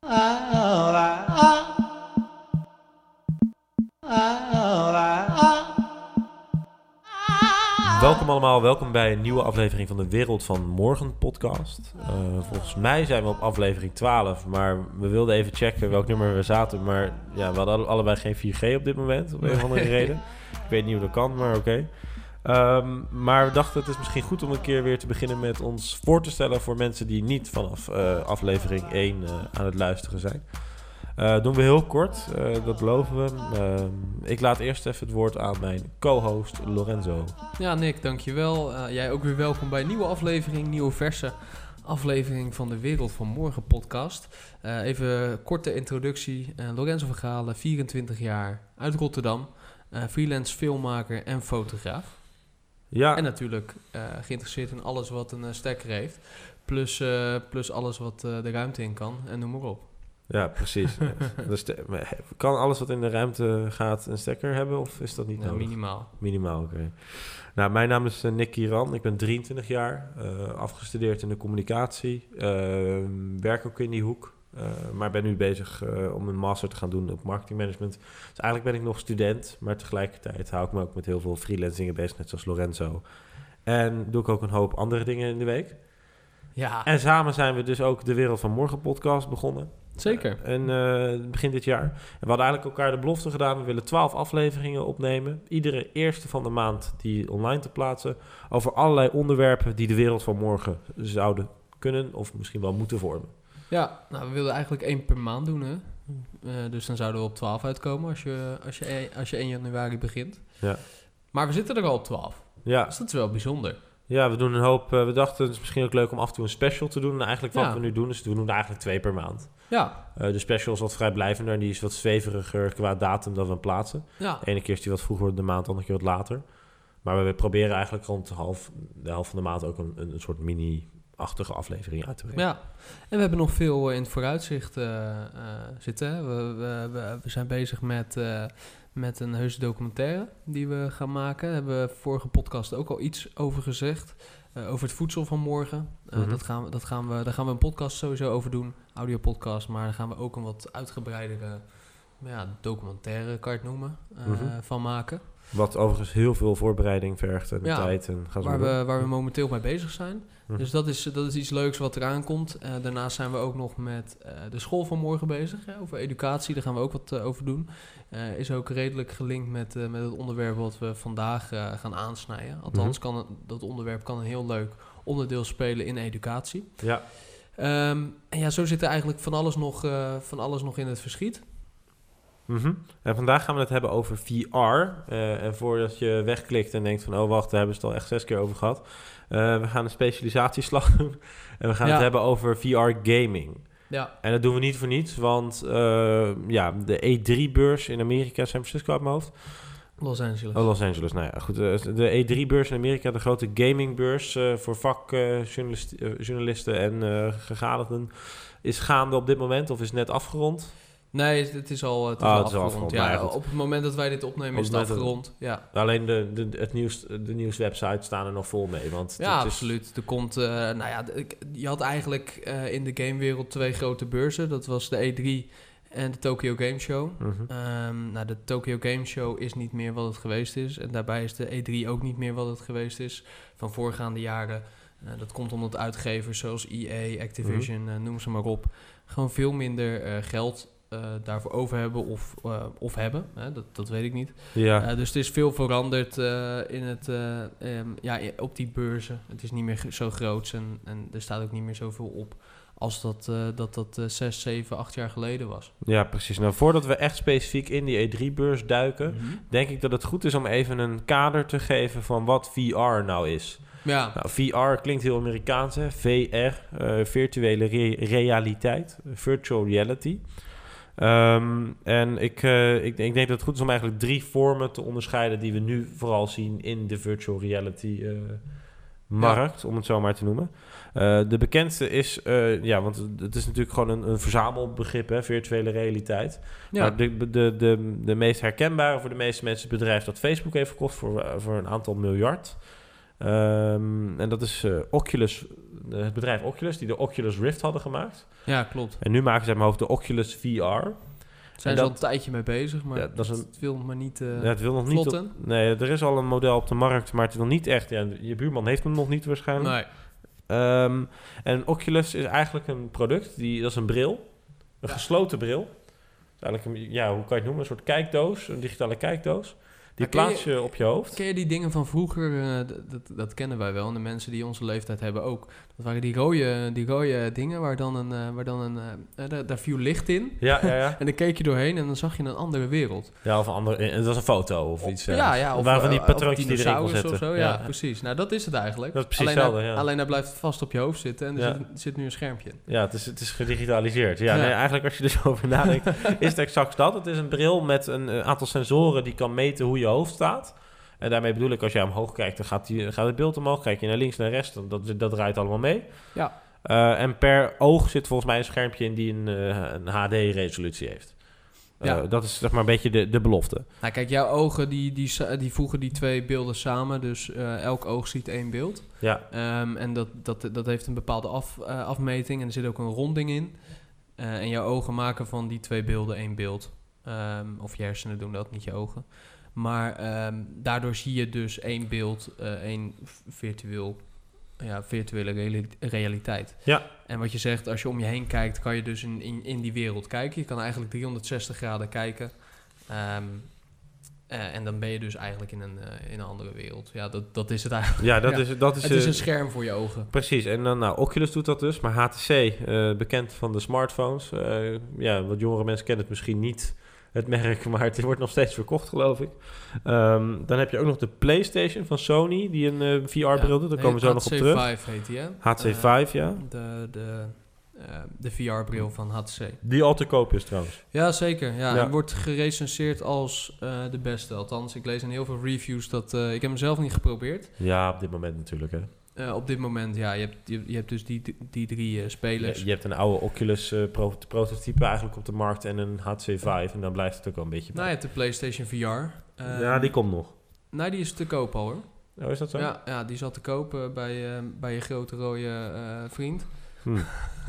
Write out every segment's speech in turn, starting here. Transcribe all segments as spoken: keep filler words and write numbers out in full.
Welkom allemaal, welkom bij een nieuwe aflevering van de Wereld van Morgen podcast. Uh, volgens mij zijn we op aflevering twaalf, maar we wilden even checken welk nummer we zaten. Maar ja, we hadden allebei geen vier G op dit moment, om een of andere reden. Ik weet niet hoe dat kan, maar oké. Okay. Um, maar we dachten het is misschien goed om een keer weer te beginnen met ons voor te stellen voor mensen die niet vanaf uh, aflevering één uh, aan het luisteren zijn. Uh, doen we heel kort, uh, dat beloven we. Uh, ik laat eerst even het woord aan mijn co-host Lorenzo. Ja, Nick, dankjewel. Uh, jij ook weer welkom bij een nieuwe aflevering, nieuwe verse aflevering van de Wereld van Morgen podcast. Uh, even korte introductie. Uh, Lorenzo van Galen, vierentwintig jaar, uit Rotterdam. Uh, freelance filmmaker en fotograaf. Ja. En natuurlijk uh, geïnteresseerd in alles wat een uh, stekker heeft. Plus, uh, plus alles wat uh, de ruimte in kan en noem maar op. Ja, precies. Dus de, kan alles wat in de ruimte gaat een stekker hebben of is dat niet nou, nodig? Minimaal. Minimaal, oké. Okay. Nou, mijn naam is uh, Nick Kieran. Ik ben drieëntwintig jaar, uh, afgestudeerd in de communicatie. Uh, werk ook in die hoek. Uh, maar ben nu bezig uh, om een master te gaan doen op marketingmanagement. Dus eigenlijk ben ik nog student, maar tegelijkertijd hou ik me ook met heel veel freelance dingen bezig, net zoals Lorenzo. En doe ik ook een hoop andere dingen in de week. Ja. En samen zijn we dus ook de Wereld van Morgen podcast begonnen. Zeker. Uh, en uh, begin dit jaar. En we hadden eigenlijk elkaar de belofte gedaan. We willen twaalf afleveringen opnemen. Iedere eerste van de maand die online te plaatsen. Over allerlei onderwerpen die de wereld van morgen zouden kunnen of misschien wel moeten vormen. Ja, nou, we wilden eigenlijk één per maand doen, hè. Uh, dus dan zouden we op twaalf uitkomen als je, als je, als je één januari begint. Ja. Maar we zitten er al op twaalf. Ja. Dus dat is wel bijzonder. Ja, we doen een hoop. Uh, we dachten het is misschien ook leuk om af en toe een special te doen. En eigenlijk wat ja. we nu doen is we doen er eigenlijk twee per maand. Ja. Uh, de special is wat vrijblijvender en die is wat zweveriger qua datum dat we hem plaatsen. Ja. De ene keer is die wat vroeger in de maand, de andere keer wat later. Maar we proberen eigenlijk rond de, half, de helft van de maand ook een, een, een soort mini-achtige aflevering uit te brengen. Ja, en we hebben nog veel in het vooruitzicht uh, uh, zitten. We, we, we, we zijn bezig met, uh, met een heuse documentaire die we gaan maken. Daar hebben we vorige podcast ook al iets over gezegd. Uh, over het voedsel van morgen. Uh, mm-hmm. dat gaan we, dat gaan we, daar gaan we een podcast sowieso over doen. Audiopodcast, maar daar gaan we ook een wat uitgebreidere ja, documentaire, kan je het noemen, uh, mm-hmm. van maken. Wat overigens heel veel voorbereiding vergt en ja, tijd. En gaan waar, we, waar we momenteel mee bezig zijn. Mm-hmm. Dus dat is, dat is iets leuks wat eraan komt. Uh, daarnaast zijn we ook nog met uh, de school van morgen bezig. Ja, over educatie, daar gaan we ook wat uh, over doen. Uh, is ook redelijk gelinkt met, uh, met het onderwerp wat we vandaag uh, gaan aansnijden. Althans, mm-hmm. kan het, dat onderwerp kan een heel leuk onderdeel spelen in educatie. Ja. Um, en ja, zo zit er eigenlijk van alles nog, uh, van alles nog in het verschiet. Mm-hmm. En vandaag gaan we het hebben over V R. Uh, en voordat je wegklikt en denkt van... oh wacht, daar hebben ze het al echt zes keer over gehad. Uh, we gaan een specialisatieslag doen. En we gaan ja. het hebben over V R gaming. Ja. En dat doen we niet voor niets. Want uh, ja, de E drie beurs in Amerika, San Francisco uit mijn hoofd... Los Angeles. Oh, Los Angeles. Nou ja, goed. De E drie beurs in Amerika, de grote gamingbeurs uh, voor vakjournalisten uh, en uh, gegadigden... is gaande op dit moment of is net afgerond... Nee, het is al, het is oh, al het afgerond. Is afgerond. Ja, ja, op het moment dat wij dit opnemen is het afgerond. Het, ja. Alleen de, de, het nieuws, de nieuwswebsites staan er nog vol mee. Want ja, het is... absoluut. Er komt, uh, nou ja, je had eigenlijk uh, in de gamewereld twee grote beurzen. Dat was de E drie en de Tokyo Game Show. Mm-hmm. Um, nou, de Tokyo Game Show is niet meer wat het geweest is. En daarbij is de E drie ook niet meer wat het geweest is van voorgaande jaren. Uh, dat komt omdat uitgevers zoals E A, Activision, mm-hmm. uh, noem ze maar op, gewoon veel minder uh, geld Uh, daarvoor over hebben of, uh, of hebben. Hè? Dat, dat weet ik niet. Ja. Uh, dus het is veel veranderd uh, in het, uh, um, ja, op die beurzen. Het is niet meer zo groot en, en er staat ook niet meer zoveel op als dat uh, dat, dat uh, zes, zeven, acht jaar geleden was. Ja, precies. Nou, voordat we echt specifiek in die E drie beurs duiken, mm-hmm. denk ik dat het goed is om even een kader te geven van wat V R nou is. Ja. Nou, V R klinkt heel Amerikaans, hè? V R, uh, virtuele re- realiteit, virtual reality. Um, en ik, uh, ik, ik denk dat het goed is om eigenlijk drie vormen te onderscheiden die we nu vooral zien in de virtual reality uh, markt, ja. om het zo maar te noemen. Uh, de bekendste is, uh, ja, want het is natuurlijk gewoon een, een verzamelbegrip, hè, virtuele realiteit. Ja. Maar de, de, de, de meest herkenbare voor de meeste mensen is het bedrijf dat Facebook heeft verkocht voor, voor een aantal miljard. Um, en dat is uh, Oculus, uh, het bedrijf Oculus, die de Oculus Rift hadden gemaakt. Ja, klopt. En nu maken ze in mijn hoofd de Oculus V R. Zijn ze al een tijdje mee bezig, maar ja, dat is een, het wil maar niet uh, ja, het wil nog vlotten. Niet op, nee, er is al een model op de markt, maar het is nog niet echt... Ja, je buurman heeft hem nog niet waarschijnlijk. Nee. Um, en Oculus is eigenlijk een product, die, dat is een bril. Een ja. gesloten bril. Eigenlijk een, ja, hoe kan je het noemen? Een soort kijkdoos, een digitale kijkdoos. Die plaats je, je op je hoofd. Ken je die dingen van vroeger? Uh, dat, dat kennen wij wel. En de mensen die onze leeftijd hebben ook. Dat waren die rode, die rode dingen waar dan een... Uh, waar dan een uh, daar, daar viel licht in. Ja, ja, ja. En dan keek je doorheen en dan zag je een andere wereld. Ja, of een andere... Het was een foto of iets. Of, ja, ja. Of, waren van die patroontjes die erin kon zetten. Of zo. Ja, ja, precies. Nou, dat is het eigenlijk. Dat is precies alleen hetzelfde, hij, ja. Alleen hij blijft vast op je hoofd zitten en er, ja. zit, er zit nu een schermpje in. Ja, het is, het is gedigitaliseerd. Ja, ja. Nee, eigenlijk als je er zo over nadenkt, is het exact dat. Het is een bril met een, een aantal sensoren die kan meten hoe je hoofd staat. En daarmee bedoel ik, als jij omhoog kijkt, dan gaat, die, gaat het beeld omhoog. Kijk je naar links, naar rechts, dan, dat, dat draait allemaal mee. Ja. Uh, en per oog zit volgens mij een schermpje in die een, uh, een H D-resolutie heeft. Uh, ja. Dat is zeg maar een beetje de, de belofte. Nou, kijk, jouw ogen die, die, die voegen die twee beelden samen. Dus uh, elk oog ziet één beeld. Ja. Um, en dat, dat, dat heeft een bepaalde af, uh, afmeting. En er zit ook een ronding in. Uh, en jouw ogen maken van die twee beelden één beeld. Um, of je hersenen doen dat, niet je ogen. Maar um, daardoor zie je dus één beeld, uh, één virtueel, ja, virtuele reali- realiteit. Ja. En wat je zegt, als je om je heen kijkt, kan je dus in, in, in die wereld kijken. Je kan eigenlijk driehonderdzestig graden kijken. Um, uh, en dan ben je dus eigenlijk in een, uh, in een andere wereld. Ja, dat, dat is het eigenlijk. Ja, dat ja. is, dat is... Het is een scherm voor je ogen. Precies. En dan, nou, Oculus doet dat dus. Maar H T C, uh, bekend van de smartphones. Uh, ja, wat jongere mensen kennen het misschien niet... Het merk, maar het wordt nog steeds verkocht, geloof ik. Um, dan heb je ook nog de PlayStation van Sony, die een uh, V R-bril ja, doet. Daar komen we zo nog op terug. H T C vijf heet die, hè? H T C vijf, uh, ja. De, de, uh, de V R-bril van H T C. Die al te koop is trouwens. Ja, zeker. Ja, ja. En wordt gerecenseerd als uh, de beste. Althans, ik lees in heel veel reviews dat... Uh, ik heb hem zelf niet geprobeerd. Ja, op dit moment natuurlijk, hè. Uh, op dit moment, ja. Je hebt, je, je hebt dus die, die drie uh, spelers. Ja, je hebt een oude Oculus uh, pro- prototype eigenlijk op de markt en een H T C vijf. En dan blijft het ook wel een beetje bij. Nou, je hebt de PlayStation V R. Uh, ja, die komt nog. Nee, die is te koop al, hoor. Oh, is dat zo? Ja, ja die zat te kopen bij, uh, bij je grote rode uh, vriend. Hmm.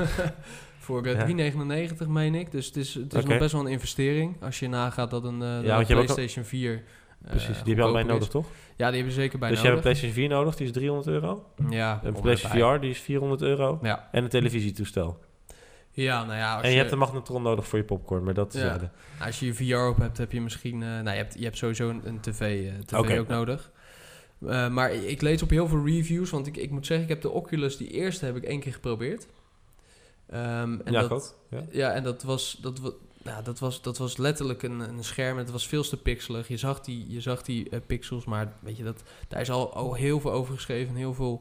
Voor uh, drie negenennegentig, meen ik. Dus het is, het is okay. nog best wel een investering. Als je nagaat dat een, uh, ja, een PlayStation al... vier... Uh, Precies, die heb je allebei nodig, toch? Ja, die hebben ze zeker bij dus nodig. Dus je hebt een PlayStation vier nodig, die is driehonderd euro. Ja. Een PlayStation V R, die is vierhonderd euro. Ja. En een televisietoestel. Ja, nou ja... Als en je, je hebt een magnetron nodig voor je popcorn, maar dat is... Ja. Ja. Als je je V R op hebt, heb je misschien... Uh, nou, je hebt, je hebt sowieso een, een tv, uh, tv okay. ook nodig. Uh, maar ik lees op heel veel reviews, want ik, ik moet zeggen, ik heb de Oculus, die eerste heb ik één keer geprobeerd. Um, en ja, dat, goed. Ja. ja, en dat was... Dat, Ja, dat was, dat was letterlijk een, een scherm. Het was veel te pixelig. Je zag die, je zag die uh, pixels, maar weet je, dat, daar is al, al heel veel over geschreven. Heel veel,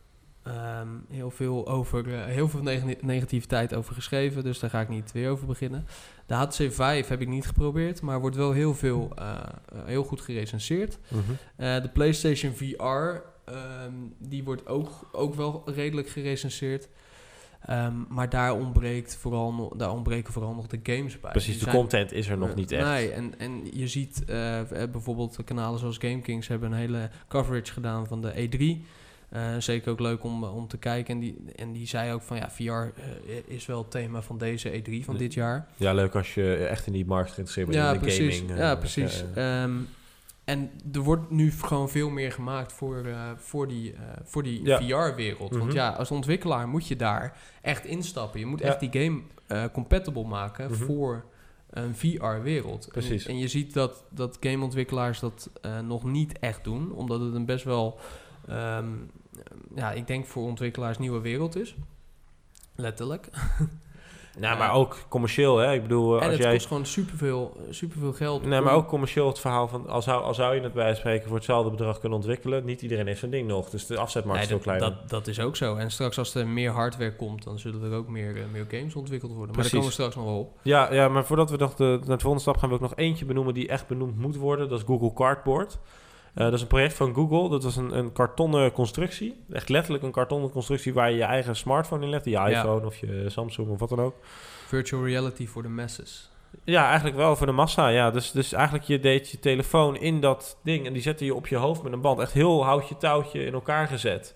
um, heel veel, over, uh, heel veel neg- negativiteit over geschreven. Dus daar ga ik niet weer over beginnen. De H T C vijf heb ik niet geprobeerd, maar wordt wel heel veel, uh, uh, heel goed gerecenseerd. Mm-hmm. Uh, de PlayStation V R, um, die wordt ook, ook wel redelijk gerecenseerd. Um, maar daar, ontbreekt vooral no- daar ontbreken vooral nog de games bij. Precies, die de zijn, content is er nog uh, niet echt. Nee, en, en je ziet uh, bijvoorbeeld kanalen zoals GameKings hebben een hele coverage gedaan van de E drie. Uh, zeker ook leuk om, om te kijken. En die, en die zei ook van ja, V R uh, is wel het thema van deze E drie van dit jaar. Ja, leuk als je echt in die markt geïnteresseerd bent, ja, in de precies. gaming. Uh, ja, precies. Uh, um, en er wordt nu gewoon veel meer gemaakt voor, uh, voor die, uh, voor die ja. V R-wereld. Mm-hmm. Want ja, als ontwikkelaar moet je daar echt instappen. Je moet ja. echt die game uh, compatible maken mm-hmm. voor een V R-wereld. Precies. En, en je ziet dat, dat gameontwikkelaars dat uh, nog niet echt doen. Omdat het een best wel, um, ja, ik denk voor ontwikkelaars nieuwe wereld is. Letterlijk. Nou, maar ook commercieel, hè? Ik bedoel, en als het jij... kost gewoon superveel, superveel geld. Nee, om... maar ook commercieel het verhaal van... Al zou, al zou je het bij spreken voor hetzelfde bedrag kunnen ontwikkelen... niet iedereen heeft zo'n ding nog. Dus de afzetmarkt nee, is veel kleiner. Dat, dat is ook zo. En straks als er meer hardware komt... dan zullen er ook meer, uh, meer games ontwikkeld worden. Precies. Maar daar komen we straks nog wel op. Ja, ja, maar voordat we nog de, naar de volgende stap gaan... wil ik nog eentje benoemen die echt benoemd moet worden. Dat is Google Cardboard. Uh, dat is een project van Google. Dat was een, een kartonnen constructie. Echt letterlijk een kartonnen constructie... waar je je eigen smartphone in legt. Je iPhone ja. of je Samsung of wat dan ook. Virtual reality voor de masses. Ja, eigenlijk wel voor de massa, ja. Dus, dus eigenlijk je deed je telefoon in dat ding en die zette je op je hoofd met een band. Echt heel houtje touwtje in elkaar gezet.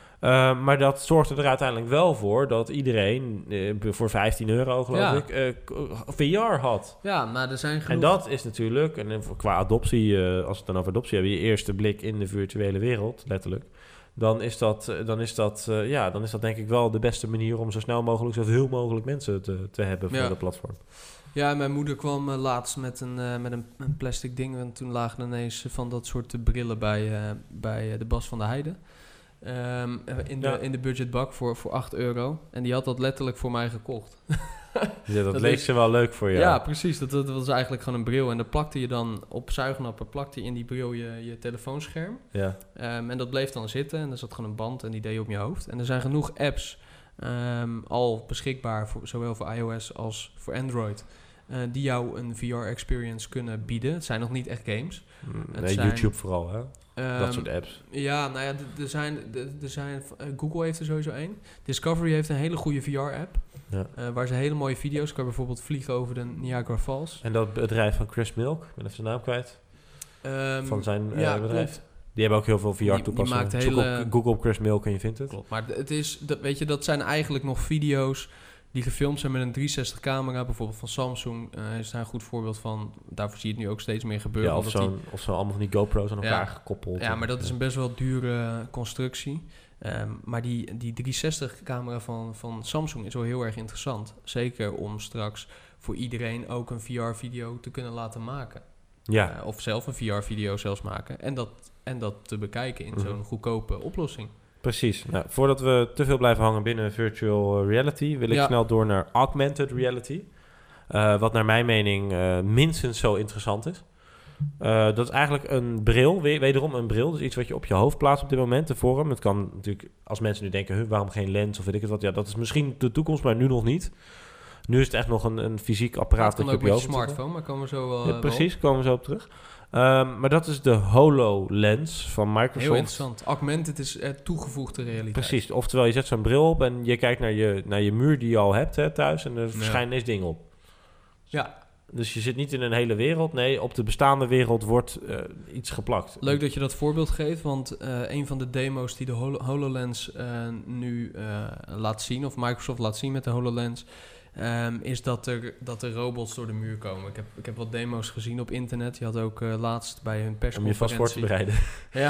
Uh, maar dat zorgde er uiteindelijk wel voor dat iedereen uh, voor vijftien euro, geloof ja. ik, uh, V R had. Ja, maar er zijn genoeg... En dat is natuurlijk, en qua adoptie, uh, als we het dan over adoptie hebben, je eerste blik in de virtuele wereld, letterlijk. Dan is dat, dan is dat, uh, ja, dan is dat denk ik wel de beste manier om zo snel mogelijk zoveel mogelijk mensen te, te hebben voor ja. de platform. Ja, mijn moeder kwam uh, laatst met, een, uh, met een, een plastic ding. En toen lagen ineens van dat soort uh, brillen bij, uh, bij uh, de Bas van der Heijden. Um, in, de, ja. in de budgetbak voor, voor acht euro. En die had dat letterlijk voor mij gekocht. Ja, dat, dat leek ze wel leuk voor jou. Ja, precies. Dat, dat was eigenlijk gewoon een bril. En dan plakte je dan op zuignappen, plakte je in die bril je, je telefoonscherm. Ja. Um, en dat bleef dan zitten. En er zat gewoon een band en die deed je op je hoofd. En er zijn genoeg apps um, al beschikbaar, voor, zowel voor iOS als voor Android, Uh, die jou een V R-experience kunnen bieden. Het zijn nog niet echt games. Mm, nee, zijn, YouTube vooral, hè? Um, dat soort apps. Ja, nou ja, er zijn, er zijn uh, Google heeft er sowieso één. Discovery heeft een hele goede V R-app. Ja. Uh, waar ze hele mooie video's kan bijvoorbeeld vliegen over de Niagara Falls. En dat bedrijf van Chris Milk, ik ben even zijn naam kwijt. Um, van zijn uh, ja, bedrijf. Klopt. Die hebben ook heel veel V R-toepassingen. Die, die hele... Google, Google op Chris Milk en je vindt het. Klopt, maar het is, dat, weet je, dat zijn eigenlijk nog video's die gefilmd zijn met een driehonderdzestig camera, bijvoorbeeld van Samsung, uh, is daar een goed voorbeeld van. Daarvoor zie je het nu ook steeds meer gebeuren. Ja, of zo'n die, of zo allemaal van die GoPro's aan elkaar ja, gekoppeld. Ja, maar dat is een best wel dure constructie. Um, maar die, die driehonderdzestig camera van, van Samsung is wel heel erg interessant. Zeker om straks voor iedereen ook een V R-video te kunnen laten maken. Ja. Uh, of zelf een V R-video zelfs maken. En dat, en dat te bekijken in mm-hmm. zo'n goedkope oplossing. Precies. Nou, voordat we te veel blijven hangen binnen virtual reality, wil ik ja. snel door naar augmented reality. Uh, wat naar mijn mening uh, minstens zo interessant is. Uh, dat is eigenlijk een bril, we- wederom een bril. Dus iets wat je op je hoofd plaatst op dit moment, de vorm. Het kan natuurlijk, als mensen nu denken, huh, waarom geen lens of weet ik het wat. Ja, dat is misschien de toekomst, maar nu nog niet. Nu is het echt nog een, een fysiek apparaat dat, dat je op je hoofd hebt. Dat kan ook met je smartphone, maar komen we zo wel... Ja, precies, wel. komen we zo op terug. Um, maar dat is de HoloLens van Microsoft. Heel interessant. Augmented is uh, toegevoegde realiteit. Precies, oftewel je zet zo'n bril op en je kijkt naar je, naar je muur die je al hebt hè, thuis en er ja. verschijnen ineens dingen op. Ja. Dus je zit niet in een hele wereld. Nee, op de bestaande wereld wordt uh, iets geplakt. Leuk dat je dat voorbeeld geeft, want uh, een van de demo's die de Hol- HoloLens uh, nu uh, laat zien, of Microsoft laat zien met de HoloLens, Um, is dat er, dat er robots door de muur komen. Ik heb, ik heb wat demo's gezien op internet. Je had ook uh, laatst bij hun persconferentie... Om je vast voor te bereiden. Ja.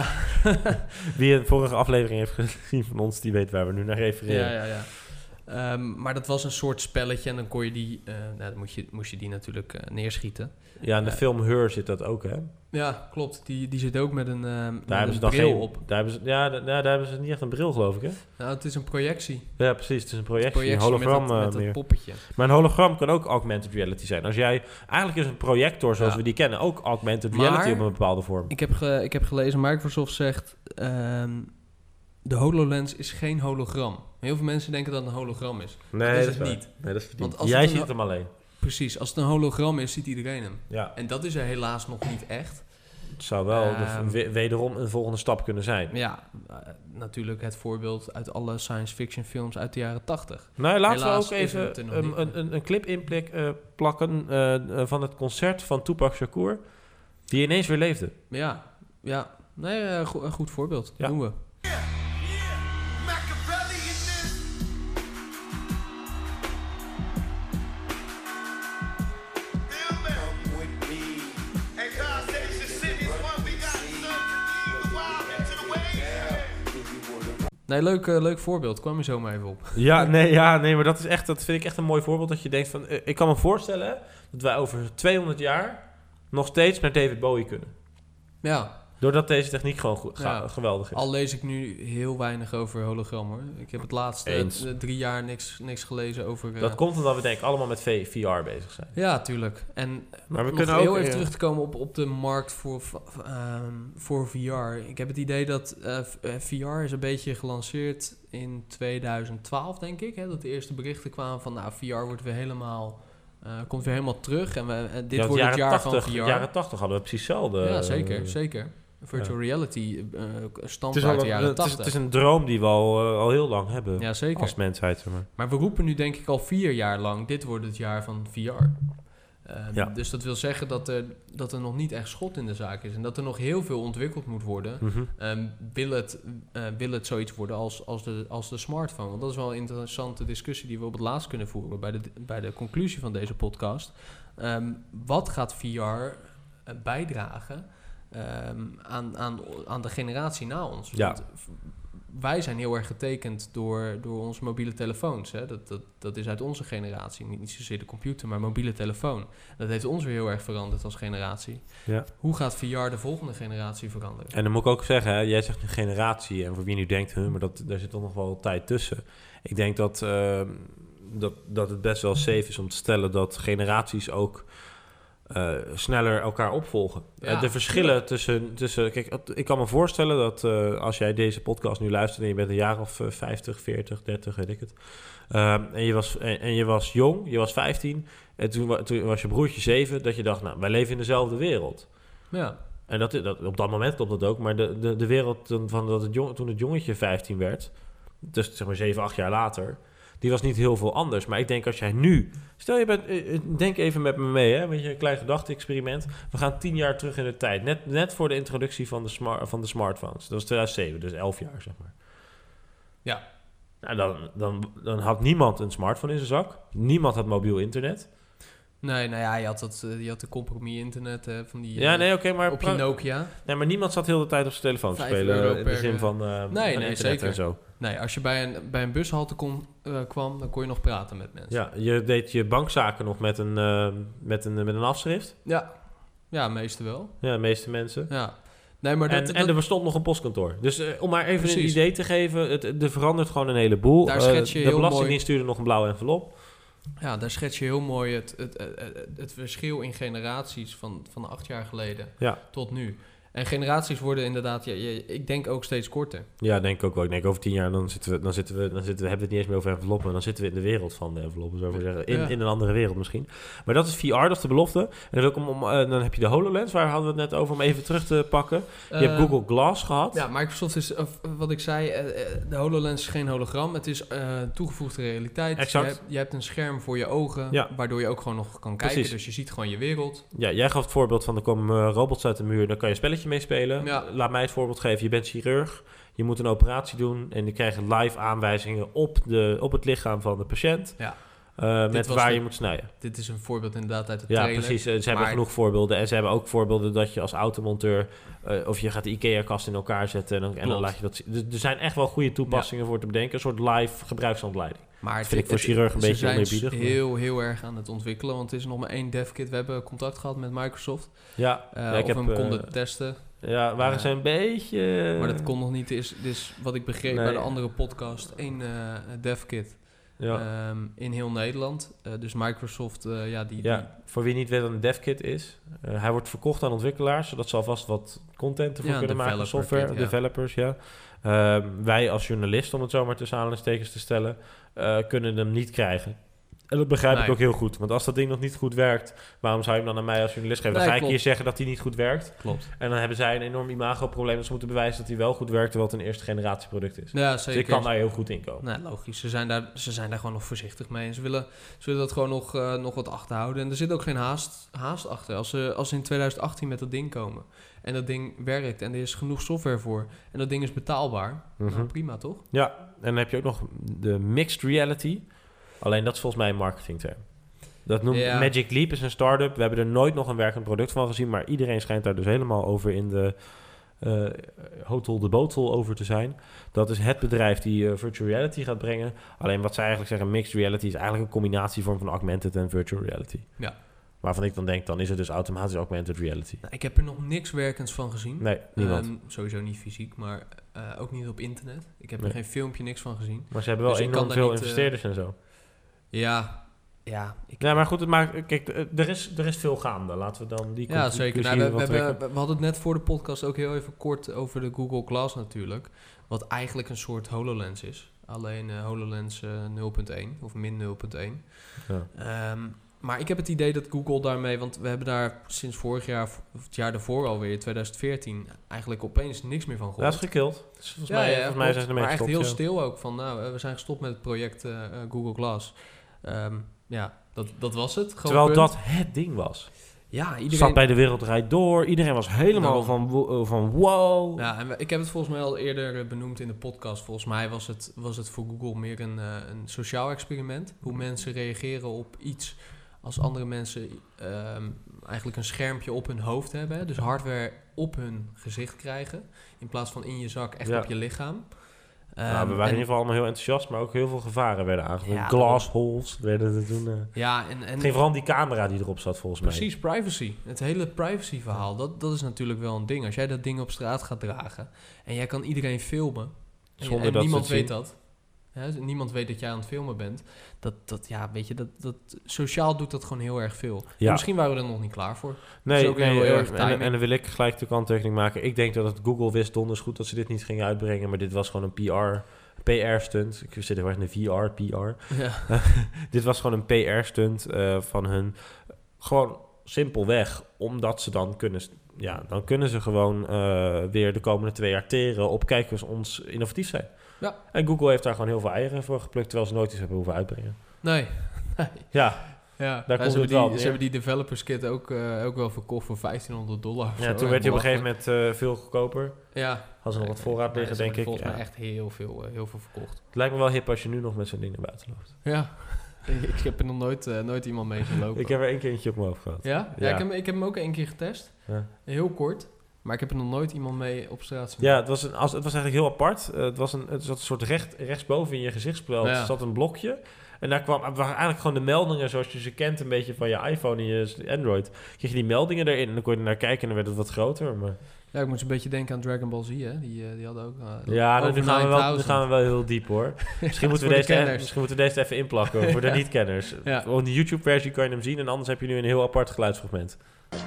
Wie een vorige aflevering heeft gezien van ons, die weet waar we nu naar refereren. Ja, ja, ja. Um, maar dat was een soort spelletje en dan kon je die... Uh, nou, dan moest je, moest je die natuurlijk uh, neerschieten. Ja, in de uh, film Her zit dat ook, hè? Ja, klopt. Die, die zit ook met een, uh, daar met hebben een ze dan bril geen, op. Daar hebben ze, ja, d- ja, daar hebben ze niet echt een bril, geloof ik, hè? Nou, het is een projectie. Ja, precies. Het is een projectie. projectie een hologram met dat, met dat meer. poppetje. Maar een hologram kan ook augmented reality zijn. Als jij... Eigenlijk is een projector, zoals ja. we die kennen, ook augmented maar, reality op een bepaalde vorm. Ik heb, ge, ik heb gelezen, Microsoft zegt... Um, de HoloLens is geen hologram. Heel veel mensen denken dat het een hologram is. Nee, dat is dat het is niet. Nee, dat is het Want niet. Jij het ziet een, hem alleen. Precies. Als het een hologram is, ziet iedereen hem. Ja. En dat is er helaas nog niet echt. Het zou wel um, de, wederom een volgende stap kunnen zijn. Ja, uh, natuurlijk het voorbeeld uit alle science fiction films uit de jaren tachtig. Nou, laten helaas we ook even een, een, een, een clip inplik uh, plakken uh, uh, van het concert van Tupac Shakur, die ineens weer leefde. Ja, ja. Nee, uh, go- een goed voorbeeld. Ja. Doen we. Nee, leuk, uh, leuk voorbeeld. Kwam je zo maar even op. Ja, nee, ja, nee, maar dat is echt, dat vind ik echt een mooi voorbeeld. Dat je denkt van, uh, ik kan me voorstellen dat wij over tweehonderd jaar nog steeds naar David Bowie kunnen. Ja. Doordat deze techniek gewoon go- ga- ja. geweldig is. Al lees ik nu heel weinig over hologram, hoor. Ik heb het laatste uh, drie jaar niks, niks gelezen over... Uh... Dat komt omdat we denk ik allemaal met V R bezig zijn. Ja, tuurlijk. En maar we nog kunnen heel ook, even uh... terug te komen op, op de markt voor, um, voor V R. Ik heb het idee dat uh, V R is een beetje gelanceerd in tweeduizend twaalf, denk ik. Hè, dat de eerste berichten kwamen van, nou, V R wordt weer helemaal... Uh, komt weer helemaal terug en we, uh, dit ja, wordt het jaar tachtig, van V R. De jaren tachtig hadden we precies hetzelfde. Ja, zeker, zeker. Virtual ja. reality uh, stamt uit de jaren tachtig. Het is, het is een droom die we al, uh, al heel lang hebben. Ja, zeker. Als mensheid. Zeg maar. maar we roepen nu denk ik al vier jaar lang, dit wordt het jaar van V R. Um, ja. Dus dat wil zeggen dat er, dat er nog niet echt schot in de zaak is. En dat er nog heel veel ontwikkeld moet worden. Mm-hmm. Um, wil, het, uh, wil het zoiets worden als, als, de, als de smartphone? Want dat is wel een interessante discussie die we op het laatst kunnen voeren... bij de, bij de conclusie van deze podcast. Um, wat gaat V R uh, bijdragen um, aan, aan, aan de generatie na ons? Ja. Want wij zijn heel erg getekend door, door onze mobiele telefoons. Hè? Dat, dat, dat is uit onze generatie. Niet, niet zozeer de computer, maar mobiele telefoon. Dat heeft ons weer heel erg veranderd als generatie. Ja. Hoe gaat V R de volgende generatie veranderen? En dan moet ik ook zeggen, hè, jij zegt een generatie... en voor wie nu denkt, huh, maar dat, daar zit toch nog wel tijd tussen. Ik denk dat, uh, dat, dat het best wel safe is om te stellen... dat generaties ook... Uh, sneller elkaar opvolgen. Ja, uh, de verschillen ja. tussen, tussen... Kijk, ik kan me voorstellen dat uh, als jij deze podcast nu luistert... en je bent een jaar of uh, vijftig, veertig, dertig, weet ik het... Uh, en, je was, en, en je was jong, je was vijftien... en toen, toen was je broertje zeven... dat je dacht, nou, wij leven in dezelfde wereld. Ja. En dat, dat, op dat moment klopt dat ook... maar de, de, de wereld van dat het jong, toen het jongetje vijftien werd... dus zeg maar zeven, acht jaar later... die was niet heel veel anders. Maar ik denk als jij nu... Stel je bent... Denk even met me mee, hè. Weet je, een klein gedachte-experiment. We gaan tien jaar terug in de tijd. Net, net voor de introductie van de, smart, van de smartphones. Dat was tweeduizend zeven, dus elf jaar, zeg maar. Ja. Nou, dan, dan, dan had niemand een smartphone in zijn zak. Niemand had mobiel internet. Nee, nou ja, je had, dat, je had de compromis-internet hè, van die... Ja, nee, oké, okay, maar... Op je Nokia. Nee, maar niemand zat heel de tijd op zijn telefoon te spelen. In de zin van, uh, nee, van nee, internet zeker. en zo. Nee, als je bij een, bij een bushalte kom, uh, kwam, dan kon je nog praten met mensen. Ja, je deed je bankzaken nog met een, uh, met een, met een afschrift. Ja, ja, meestal wel. Ja, de meeste mensen. Ja. Nee, maar dat, en, dat, en er bestond nog een postkantoor. Dus uh, om maar even precies. een idee te geven, het, er verandert gewoon een heleboel. Daar schets je uh, heel de Belastingdienst mooi... stuurde nog een blauwe envelop. Ja, daar schets je heel mooi het, het, het, het, het verschil in generaties van, van acht jaar geleden ja. tot nu. En generaties worden inderdaad, ja, ja, ik denk ook steeds korter. Ja, denk ik ook wel. Ik denk over tien jaar, dan zitten we, dan zitten we, dan zitten we, hebben we het niet eens meer over enveloppen. Dan zitten we in de wereld van de enveloppen, zou ik zeggen. In, ja. in een andere wereld misschien. Maar dat is V R, dat is de belofte. En dan, ook om, om, uh, dan heb je de HoloLens, waar hadden we het net over, om even terug te pakken. Je uh, hebt Google Glass gehad. Ja, Microsoft is, uh, wat ik zei, uh, de HoloLens is geen hologram. Het is uh, toegevoegde realiteit. Exact. Je hebt, je hebt een scherm voor je ogen, ja. waardoor je ook gewoon nog kan kijken. Precies. Dus je ziet gewoon je wereld. Ja, jij gaf het voorbeeld van, er komen uh, robots uit de muur, daar kan je een spelletje mee spelen. Ja. Laat mij het voorbeeld geven. Je bent chirurg, je moet een operatie doen en je krijgt live aanwijzingen op, de, op het lichaam van de patiënt. Ja. Uh, met waar de, je moet snijden. Dit is een voorbeeld inderdaad uit de ja, trailer. Ja, precies. Ze hebben maar... genoeg voorbeelden. En ze hebben ook voorbeelden dat je als automonteur... Uh, of je gaat de IKEA-kast in elkaar zetten en dan, en dan laat je dat zien. Dus er zijn echt wel goede toepassingen ja. voor te bedenken. Een soort live gebruikshandleiding. Maar dat vind ik voor chirurg een beetje oneerbiedig. Ze zijn heel, heel erg aan het ontwikkelen. Want het is nog maar één devkit. We hebben contact gehad met Microsoft. Ja. Uh, ja ik of heb, we hem konden uh, testen. Ja, waren uh, ze een beetje... Maar dat kon nog niet. Is, dus wat ik begreep nee. bij de andere podcast. één uh, devkit. Ja. Um, in heel Nederland. Uh, dus Microsoft, uh, ja, die, ja, die... voor wie niet weet wat een devkit is. Uh, hij wordt verkocht aan ontwikkelaars, zodat ze alvast wat content ervoor ja, kunnen maken. Software, kit, ja. developers, ja. Uh, wij als journalist, om het zo maar tussen aanhalingstekens te stellen, uh, kunnen hem niet krijgen. En dat begrijp nee. ik ook heel goed. Want als dat ding nog niet goed werkt, waarom zou je hem dan aan mij als journalist geven? Dan nee, ga klopt. ik hier zeggen dat hij niet goed werkt. Klopt. En dan hebben zij een enorm imagoprobleem. Dat ze moeten bewijzen dat hij wel goed werkt, terwijl het een eerste generatie product is. Ja, zeker. Dus ik kan daar heel goed in komen. Nee, logisch. Ze zijn daar, ze zijn daar gewoon nog voorzichtig mee. En ze willen, ze willen dat gewoon nog, uh, nog wat achterhouden. En er zit ook geen haast, haast achter. Als ze, als ze in twintig achttien met dat ding komen en dat ding werkt en er is genoeg software voor en dat ding is betaalbaar, mm-hmm. nou, prima toch? Ja, en dan heb je ook nog de mixed reality. Alleen dat is volgens mij een marketingterm. Dat noemt ja. Magic Leap, is een start-up. We hebben er nooit nog een werkend product van gezien, maar iedereen schijnt daar dus helemaal over in de uh, hotel de botel over te zijn. Dat is het bedrijf die uh, virtual reality gaat brengen. Alleen wat zij eigenlijk zeggen, mixed reality is eigenlijk een combinatievorm van augmented en virtual reality. Ja. Waarvan ik dan denk, dan is het dus automatisch augmented reality. Nou, ik heb er nog niks werkends van gezien. Nee, niemand. Um, sowieso niet fysiek, maar uh, ook niet op internet. Ik heb nee. er geen filmpje, niks van gezien. Maar ze hebben wel dus enorm veel niet, investeerders uh, en zo. Ja, ja. Ik ja, maar goed, het maakt, kijk, er is, er is veel gaande. Laten we dan die ja, zeker. Nou, we, we, hebben, we hadden het net voor de podcast ook heel even kort over de Google Glass natuurlijk. Wat eigenlijk een soort HoloLens is. Alleen uh, HoloLens uh, nul punt één of min nul punt één. Ja. Um, maar ik heb het idee dat Google daarmee... Want we hebben daar sinds vorig jaar, of het jaar daarvoor alweer, twintig veertien... eigenlijk opeens niks meer van gehoord. Ja, dat is gekild. Dus volgens ja, mij, ja, volgens mij zijn ze ermee maar gestopt. Maar echt heel ja. stil ook van... Nou, we zijn gestopt met het project uh, Google Glass. Um, ja, dat, dat was het. Terwijl punt. dat het ding was. Ja, iedereen... Zat bij de Wereld Draait Door. Iedereen was helemaal van, van wow. Ja, en ik heb het volgens mij al eerder benoemd in de podcast. Volgens mij was het, was het voor Google meer een, uh, een sociaal experiment. Hoe mensen reageren op iets als andere mensen uh, eigenlijk een schermpje op hun hoofd hebben. Dus hardware op hun gezicht krijgen. In plaats van in je zak, echt ja. op je lichaam. Um, nou, we waren en, in ieder geval allemaal heel enthousiast, maar ook heel veel gevaren werden aangevoerd. Ja, Glass holes werden er toen. Uh, ja, en, en het ging vooral om die camera die erop zat, volgens precies, mij. Precies, privacy. Het hele privacy verhaal, dat, dat is natuurlijk wel een ding. Als jij dat ding op straat gaat dragen en jij kan iedereen filmen, Zonder en, en dat niemand weet dat. Hè, niemand weet dat jij aan het filmen bent. Dat, dat ja, weet je, dat, dat, sociaal doet dat gewoon heel erg veel. Ja. Misschien waren we er nog niet klaar voor. Nee, ook nee heel, heel erg en, en dan wil ik gelijk de kanttekening maken. Ik denk dat het Google wist donders goed dat ze dit niet gingen uitbrengen, maar dit was gewoon een P R, P R-stunt. Ik zit heel erg in de V R, P R. Ja. Dit was gewoon een P R-stunt uh, van hun. Gewoon simpelweg, omdat ze dan kunnen... Ja, dan kunnen ze gewoon uh, weer de komende twee jaar teren op kijkers ons innovatief zijn. Ja. En Google heeft daar gewoon heel veel eieren voor geplukt, terwijl ze nooit iets hebben hoeven uitbrengen. Nee. nee. Ja. Ja, daar ja, komt ze, het hebben die, ze hebben die developers kit ook, uh, ook wel verkocht voor vijftienhonderd dollar. Ja, zo. Toen werd hij op een gegeven moment uh, veel goedkoper. Ja. Hadden ze nog wat voorraad liggen, ja, denk ik. Volgens ja. mij echt heel veel, uh, heel veel verkocht. Het lijkt me wel hip als je nu nog met zo'n ding naar buiten loopt. Ja. ik, ik heb er nog nooit, uh, nooit iemand mee gelopen. Ik heb er één keer eentje op mijn hoofd gehad. Ja? Ja, ja. Ik, heb, ik heb hem ook één keer getest. Ja. Heel kort. Maar ik heb er nog nooit iemand mee op straat zien. Ja, het was, een, als, het was eigenlijk heel apart. Uh, het, was een, het zat een soort recht, rechtsboven in je gezichtsspel. Ja. Er zat een blokje. En daar kwam, waren eigenlijk gewoon de meldingen zoals je ze kent een beetje van je iPhone en je Android. Kreeg je die meldingen erin en dan kon je er naar kijken en dan werd het wat groter. Maar... Ja, ik moet een beetje denken aan Dragon Ball Z, hè. Die, uh, die hadden ook... Uh, ja, dan, nu, gaan we wel, nu gaan we wel heel diep, hoor. Misschien, moeten we deze de even, misschien moeten we deze even inplakken hoor, voor de niet-kenners. Ja. Op de YouTube-versie kan je hem zien en anders heb je nu een heel apart geluidsfragment.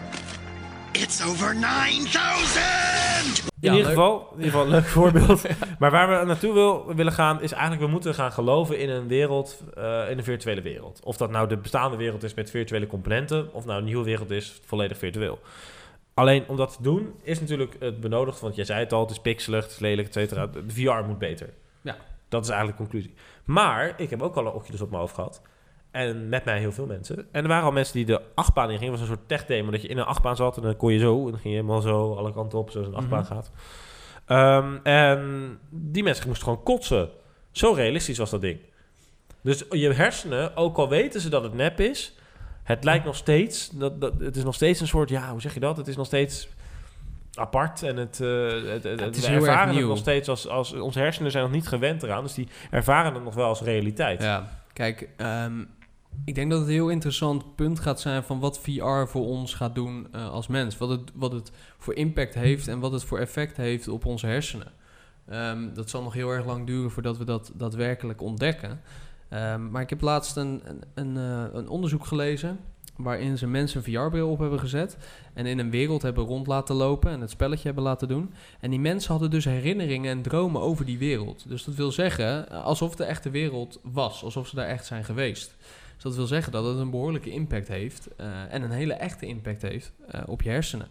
It's over nine thousand! In, ja, ieder geval, in ieder geval een leuk voorbeeld. Ja. Maar waar we naartoe wil, willen gaan is eigenlijk... we moeten gaan geloven in een wereld, uh, in een virtuele wereld. Of dat nou de bestaande wereld is met virtuele componenten... of nou een nieuwe wereld is, volledig virtueel. Alleen om dat te doen is natuurlijk het benodigd... want jij zei het al, het is pixelig, het is lelijk, et cetera. De V R moet beter. Ja. Dat is eigenlijk de conclusie. Maar ik heb ook al een Oculus op mijn hoofd gehad... En met mij heel veel mensen. En er waren al mensen die de achtbaan in gingen. Het was een soort tech-demo dat je in een achtbaan zat... en dan kon je zo, en dan ging je helemaal zo alle kanten op... zoals een achtbaan mm-hmm. gaat. Um, en die mensen moesten gewoon kotsen. Zo realistisch was dat ding. Dus je hersenen, ook al weten ze dat het nep is... het lijkt nog steeds... Dat, dat, het is nog steeds een soort... ja, hoe zeg je dat? Het is nog steeds apart. En het, uh, het, het, ja, het is we ervaren het nog steeds als, als... onze hersenen zijn nog niet gewend eraan... dus die ervaren het nog wel als realiteit. Ja, kijk... Um Ik denk dat het een heel interessant punt gaat zijn van wat V R voor ons gaat doen uh, als mens. Wat het, wat het voor impact heeft en wat het voor effect heeft op onze hersenen. Um, dat zal nog heel erg lang duren voordat we dat daadwerkelijk ontdekken. Um, maar ik heb laatst een, een, een, uh, een onderzoek gelezen waarin ze mensen een V R-bril op hebben gezet en in een wereld hebben rond laten lopen en het spelletje hebben laten doen. En die mensen hadden dus herinneringen en dromen over die wereld. Dus dat wil zeggen, alsof de echte wereld was, alsof ze daar echt zijn geweest. Dus dat wil zeggen dat het een behoorlijke impact heeft... Uh, en een hele echte impact heeft uh, op je hersenen.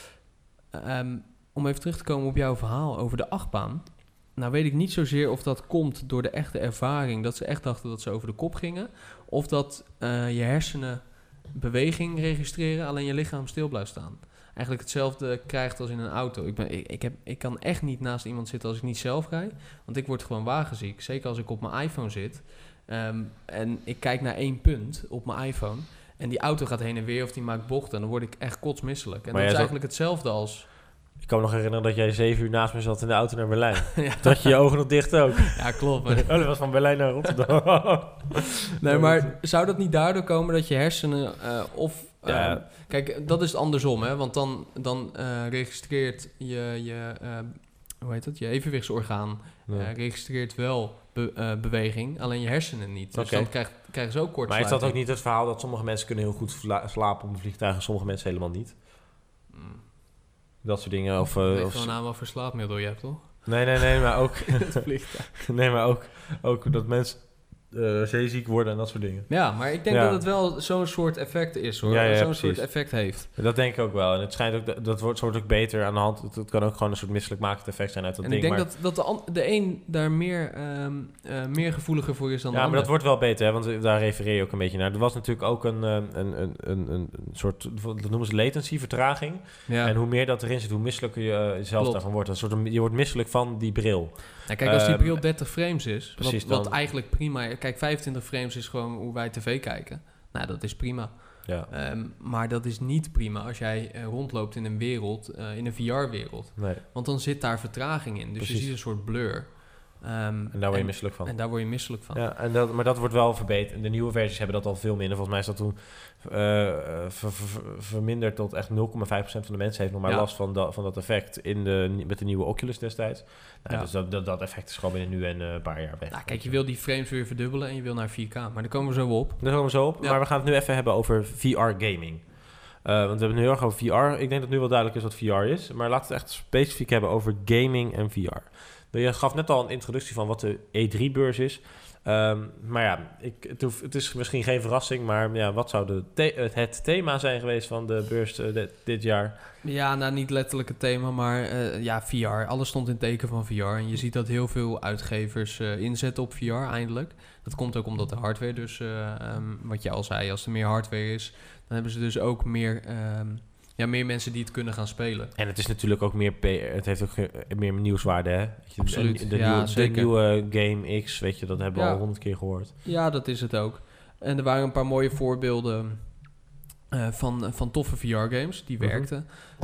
Um, om even terug te komen op jouw verhaal over de achtbaan. Nou weet ik niet zozeer of dat komt door de echte ervaring... dat ze echt dachten dat ze over de kop gingen... of dat uh, je hersenen beweging registreren... alleen je lichaam stil blijft staan. Eigenlijk hetzelfde krijgt als in een auto. Ik, ben, ik, ik, heb, ik kan echt niet naast iemand zitten als ik niet zelf rijd... want ik word gewoon wagenziek. Zeker als ik op mijn iPhone zit... Um, en ik kijk naar één punt op mijn iPhone... en die auto gaat heen en weer of die maakt bochten... en dan word ik echt kotsmisselijk. En maar dat is eigenlijk zat... hetzelfde als... Ik kan me nog herinneren dat jij zeven uur naast me zat in de auto naar Berlijn. Ja. Dat je je ogen nog dicht ook. Ja, klopt. Maar... Oh, dat was van Berlijn naar Rotterdam. Nee, maar zou dat niet daardoor komen dat je hersenen... Uh, of ja. uh, kijk, dat is het andersom, hè? Want dan, dan uh, registreert je... je uh, hoe heet dat? Je evenwichtsorgaan ja. uh, registreert wel be, uh, beweging, alleen je hersenen niet. Dus okay. dan krijg, krijgen ze ook kortsluiting. Maar is dat ook niet het verhaal dat sommige mensen kunnen heel goed vla- slapen op de vliegtuig en sommige mensen helemaal niet? Mm. Dat soort dingen. Of, uh, ik weet of gewoon aan wat voor slaapmiddel je hebt, toch? Nee, nee, nee, maar ook... nee, maar ook, ook dat mensen... uh, zeeziek worden en dat soort dingen. Ja, maar ik denk ja. dat het wel zo'n soort effect is, hoor. Ja, ja, zo'n precies. soort effect heeft. Dat denk ik ook wel. En het schijnt ook, dat, dat wordt, wordt ook beter aan de hand. Het, het kan ook gewoon een soort misselijkmakend effect zijn uit dat en ding. ik denk maar, dat, dat de, an, de een daar meer, um, uh, meer gevoeliger voor is dan ja, de maar ander. dat wordt wel beter, hè, want daar refereer je ook een beetje naar. Er was natuurlijk ook een, een, een, een, een, een soort, dat noemen ze latency, vertraging. Ja. En hoe meer dat erin zit, hoe misselijker je uh, zelf Klopt. daarvan wordt. Een soort, je wordt misselijk van die bril. Ja, kijk, als die Um, bril dertig frames is, precies wat, wat dan. eigenlijk prima is. Kijk, vijfentwintig frames is gewoon hoe wij tv kijken. Nou, dat is prima. Ja. Um, maar dat is niet prima als jij uh, rondloopt in een wereld, uh, in een V R-wereld. Nee. Want dan zit daar vertraging in. Dus Precies. je ziet een soort blur. Um, En daar word je en, misselijk van. En daar word je misselijk van. Ja, en dat, maar dat wordt wel verbeterd. De nieuwe versies hebben dat al veel minder. Volgens mij is dat toen uh, ver, ver, verminderd tot echt nul komma vijf procent van de mensen heeft nog maar Ja. last van, da, van dat effect in de, met de nieuwe Oculus destijds. Nou, Ja. Dus dat, dat, dat effect is gewoon binnen nu en uh, een paar jaar weg. Nou, kijk, je wil die frames weer verdubbelen en je wil naar vier K. Maar daar komen we zo op. Daar komen we zo op. Ja. Maar we gaan het nu even hebben over V R-gaming. Uh, want we hebben het nu heel erg over V R. Ik denk dat het nu wel duidelijk is wat V R is. Maar laten we het echt specifiek hebben over gaming en V R. Je gaf net al een introductie van wat de E drie beurs is. Um, maar ja, ik, het, hoeft, het is misschien geen verrassing. Maar ja, wat zou de the- het thema zijn geweest van de beurs uh, dit, dit jaar? Ja, nou niet letterlijk het thema, maar uh, ja, V R. Alles stond in het teken van V R. En je ziet dat heel veel uitgevers uh, inzetten op V R eindelijk. Dat komt ook omdat de hardware dus, uh, um, wat je al zei, als er meer hardware is, dan hebben ze dus ook meer, um, ja, meer mensen die het kunnen gaan spelen. En het is natuurlijk ook meer P R. Het heeft ook ge- meer nieuwswaarde, hè? Weet je, Absoluut, De, de, ja, nieuwe, de zeker. nieuwe Game X, weet je, dat hebben we Ja. al honderd keer gehoord. Ja, dat is het ook. En er waren een paar mooie voorbeelden uh, van, van toffe V R-games die Mhm. werkten.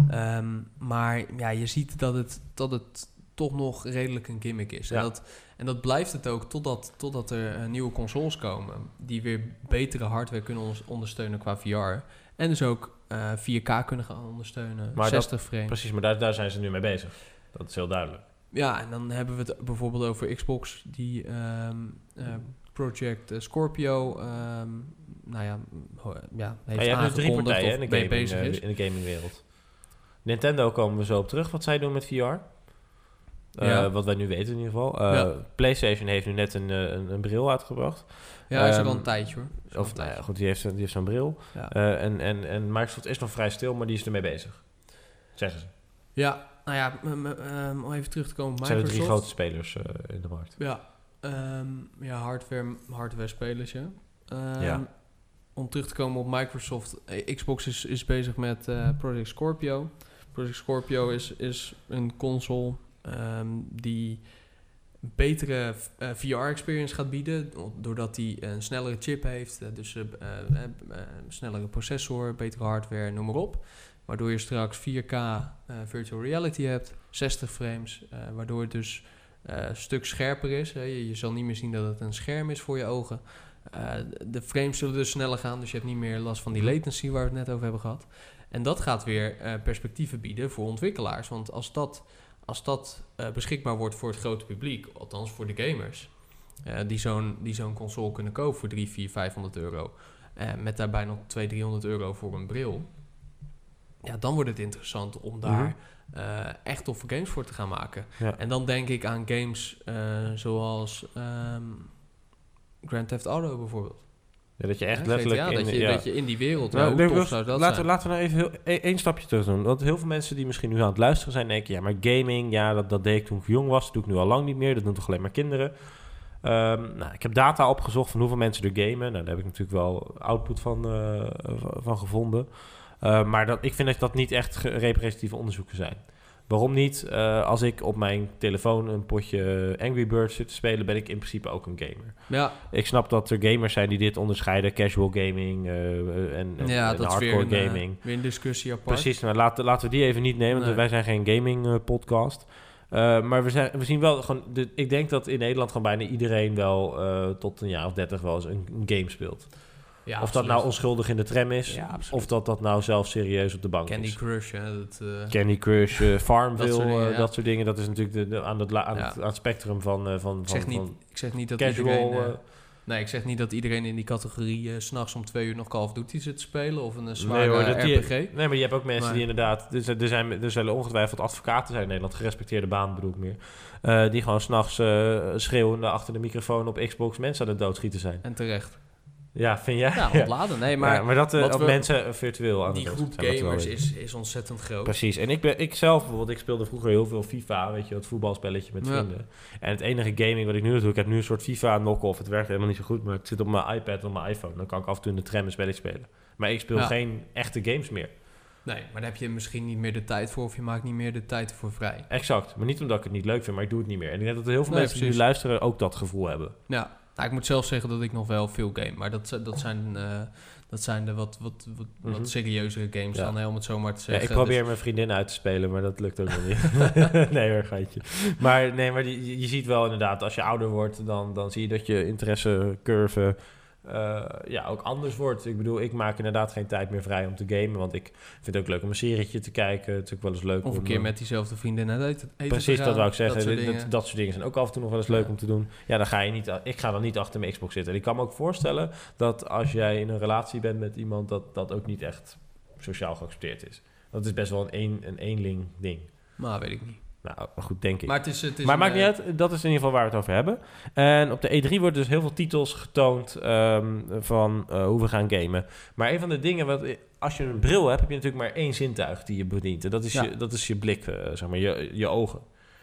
Um, maar ja, je ziet dat het, dat het toch nog redelijk een gimmick is. Ja. En, dat, en dat blijft het ook totdat, totdat er uh, nieuwe consoles komen die weer betere hardware kunnen ons ondersteunen qua V R. En dus ook uh, vier K kunnen gaan ondersteunen, Maar zestig frames. Precies, maar daar, daar zijn ze nu mee bezig. Dat is heel duidelijk. Ja, en dan hebben we het bijvoorbeeld over Xbox die um, uh, Project uh, Scorpio, um, nou ja, ho- ja heeft Ja, je hebt dus drie aangekondigd partijen hè, of in, de mee gaming, bezig uh, is. in de gamingwereld. Nintendo komen we zo op terug, wat zij doen met V R. Uh, Ja. Wat wij nu weten in ieder geval. Uh, Ja. PlayStation heeft nu net een, uh, een, een bril uitgebracht. Ja, is ook Um, al een tijdje hoor. Is al Of een nou ja, tijdje. goed, die heeft, die heeft zo'n bril. Ja. Uh, en, en, en Microsoft is nog vrij stil, maar die is ermee bezig. Zeggen ze. Ja, nou ja, m- m- um, om even terug te komen op Het zijn de Microsoft. drie grote spelers uh, in de markt. Ja, um, ja hardware, hardware spelers, ja. Um, Ja. Om terug te komen op Microsoft, eh, Xbox is, is bezig met uh, Project Scorpio. Project Scorpio is, is een console um, die een betere uh, V R-experience gaat bieden, doordat die een snellere chip heeft, uh, dus uh, uh, uh, uh, snellere processor, betere hardware, noem maar op. Waardoor je straks vier K uh, virtual reality hebt, zestig frames, uh, waardoor het dus uh, een stuk scherper is. Hè. Je, je zal niet meer zien dat het een scherm is voor je ogen. Uh, de frames zullen dus sneller gaan, dus je hebt niet meer last van die latency waar we het net over hebben gehad. En dat gaat weer uh, perspectieven bieden voor ontwikkelaars. Want als dat, als dat uh, beschikbaar wordt voor het grote publiek, althans voor de gamers, uh, die zo'n die zo'n console kunnen kopen voor drie, vier, vijfhonderd euro, uh, met daarbij nog tweehonderd, driehonderd euro voor een bril, ja, dan wordt het interessant om daar uh, echt toffe games voor te gaan maken. Ja. En dan denk ik aan games uh, zoals um, Grand Theft Auto bijvoorbeeld. Ja, dat je echt Ja, letterlijk... G T A, in, dat, je, ja. dat je in die wereld... Nou, ja, hoe nee, tof we- zou dat laten, zijn? laten we nou even heel, e- één stapje terug doen. Want heel veel mensen die misschien nu aan het luisteren zijn, denken, ja, maar gaming, ja, dat, dat deed ik toen ik jong was. Dat doe ik nu al lang niet meer. Dat doen toch alleen maar kinderen. Um, nou, ik heb data opgezocht van hoeveel mensen er gamen. Nou, daar heb ik natuurlijk wel output van, uh, van gevonden. Uh, maar dat, ik vind dat dat niet echt ge- representatieve onderzoeken zijn. Waarom niet? Uh, als ik op mijn telefoon een potje Angry Birds zit te spelen, ben ik in principe ook een gamer. Ja, Ik snap dat er gamers zijn die dit onderscheiden. Casual gaming uh, en, en, ja en dat is weer hardcore een, gaming. uh, weer een discussie apart. Precies, maar laten, laten we die even niet nemen. Nee. Want wij zijn geen gaming uh, podcast. Uh, maar we, zijn, we zien wel gewoon... De, ik denk dat in Nederland gewoon bijna iedereen wel uh, tot een jaar of dertig wel eens een, een game speelt. Ja, of absoluut. dat nou onschuldig in de tram is. Ja, absoluut. Of dat dat nou zelf serieus op de bank Candy is. Crush, hè. Dat, uh, Candy Crush, uh, Farmville, Dat soort dingen, uh, ja. dat soort dingen. Dat is natuurlijk de, de, aan, het, la- aan, Ja. het, aan het spectrum van, uh, van, ik, zeg van, niet, van ik zeg niet dat casual... iedereen... uh, uh, Nee, ik zeg niet dat iedereen in die categorie uh, 's nachts om twee uur nog Call of Duty zit te spelen of een uh, zware nee, hoor, dat R P G. Die, nee, maar je hebt ook mensen maar, die inderdaad... Er, er, zijn, er zullen ongetwijfeld advocaten zijn in Nederland, gerespecteerde baan bedoel ik meer. Uh, die gewoon s'nachts uh, schreeuwende achter de microfoon op Xbox mensen aan het doodschieten zijn. En terecht. Ja, vind jij? Ja, ontladen. Nee, maar, ja, maar dat uh, we, mensen virtueel aan die groep zijn, gamers is, is ontzettend groot. Precies. En ik, ben, ik zelf bijvoorbeeld, ik speelde vroeger heel veel FIFA, weet je, dat voetbalspelletje met ja. vrienden. En het enige gaming wat ik nu doe, ik heb nu een soort FIFA knock-off. Het werkt helemaal niet zo goed, maar het zit op mijn iPad en op mijn iPhone. Dan kan ik af en toe in de tram een spelletje spelen. Maar ik speel ja. geen echte games meer. Nee, maar daar heb je misschien niet meer de tijd voor of je maakt niet meer de tijd voor vrij. Exact. Maar niet omdat ik het niet leuk vind, maar ik doe het niet meer. En ik denk dat er heel veel nee, mensen precies. die nu luisteren ook dat gevoel hebben. Ja. Nou, ik moet zelf zeggen dat ik nog wel veel game, maar dat, dat zijn, uh, dat zijn de wat, wat, wat, mm-hmm. wat serieuzere games ja. dan, hè, om het zo maar te zeggen. Ja, ik probeer dus... mijn vriendin uit te spelen, maar dat lukt ook nog niet. nee hoor, geitje. Maar, nee, maar je, je ziet wel inderdaad, als je ouder wordt, dan, dan zie je dat je interessecurve uh, ja, ook anders wordt. Ik bedoel, ik maak inderdaad geen tijd meer vrij om te gamen, want ik vind het ook leuk om een serietje te kijken. Het is ook wel eens leuk of een om... keer met diezelfde vriendin het eten, eten Precies, dat wou ik zeggen. Dat soort, dat, dat soort dingen zijn ook af en toe nog wel eens leuk ja. om te doen. Ja, dan ga je niet... Ik ga dan niet achter mijn Xbox zitten. En ik kan me ook voorstellen dat als jij in een relatie bent met iemand, dat dat ook niet echt sociaal geaccepteerd is. Dat is best wel een, een, een eenling ding. Maar weet ik niet. Nou, goed, denk ik. Maar het is, het is maar maakt niet uit, dat is in ieder geval waar we het over hebben. En op de E drie worden dus heel veel titels getoond um, van uh, hoe we gaan gamen. Maar een van de dingen, wat, als je een bril hebt, heb je natuurlijk maar één zintuig die je bedient. En dat is, ja. je, dat is je blik, uh, zeg maar, je, je ogen.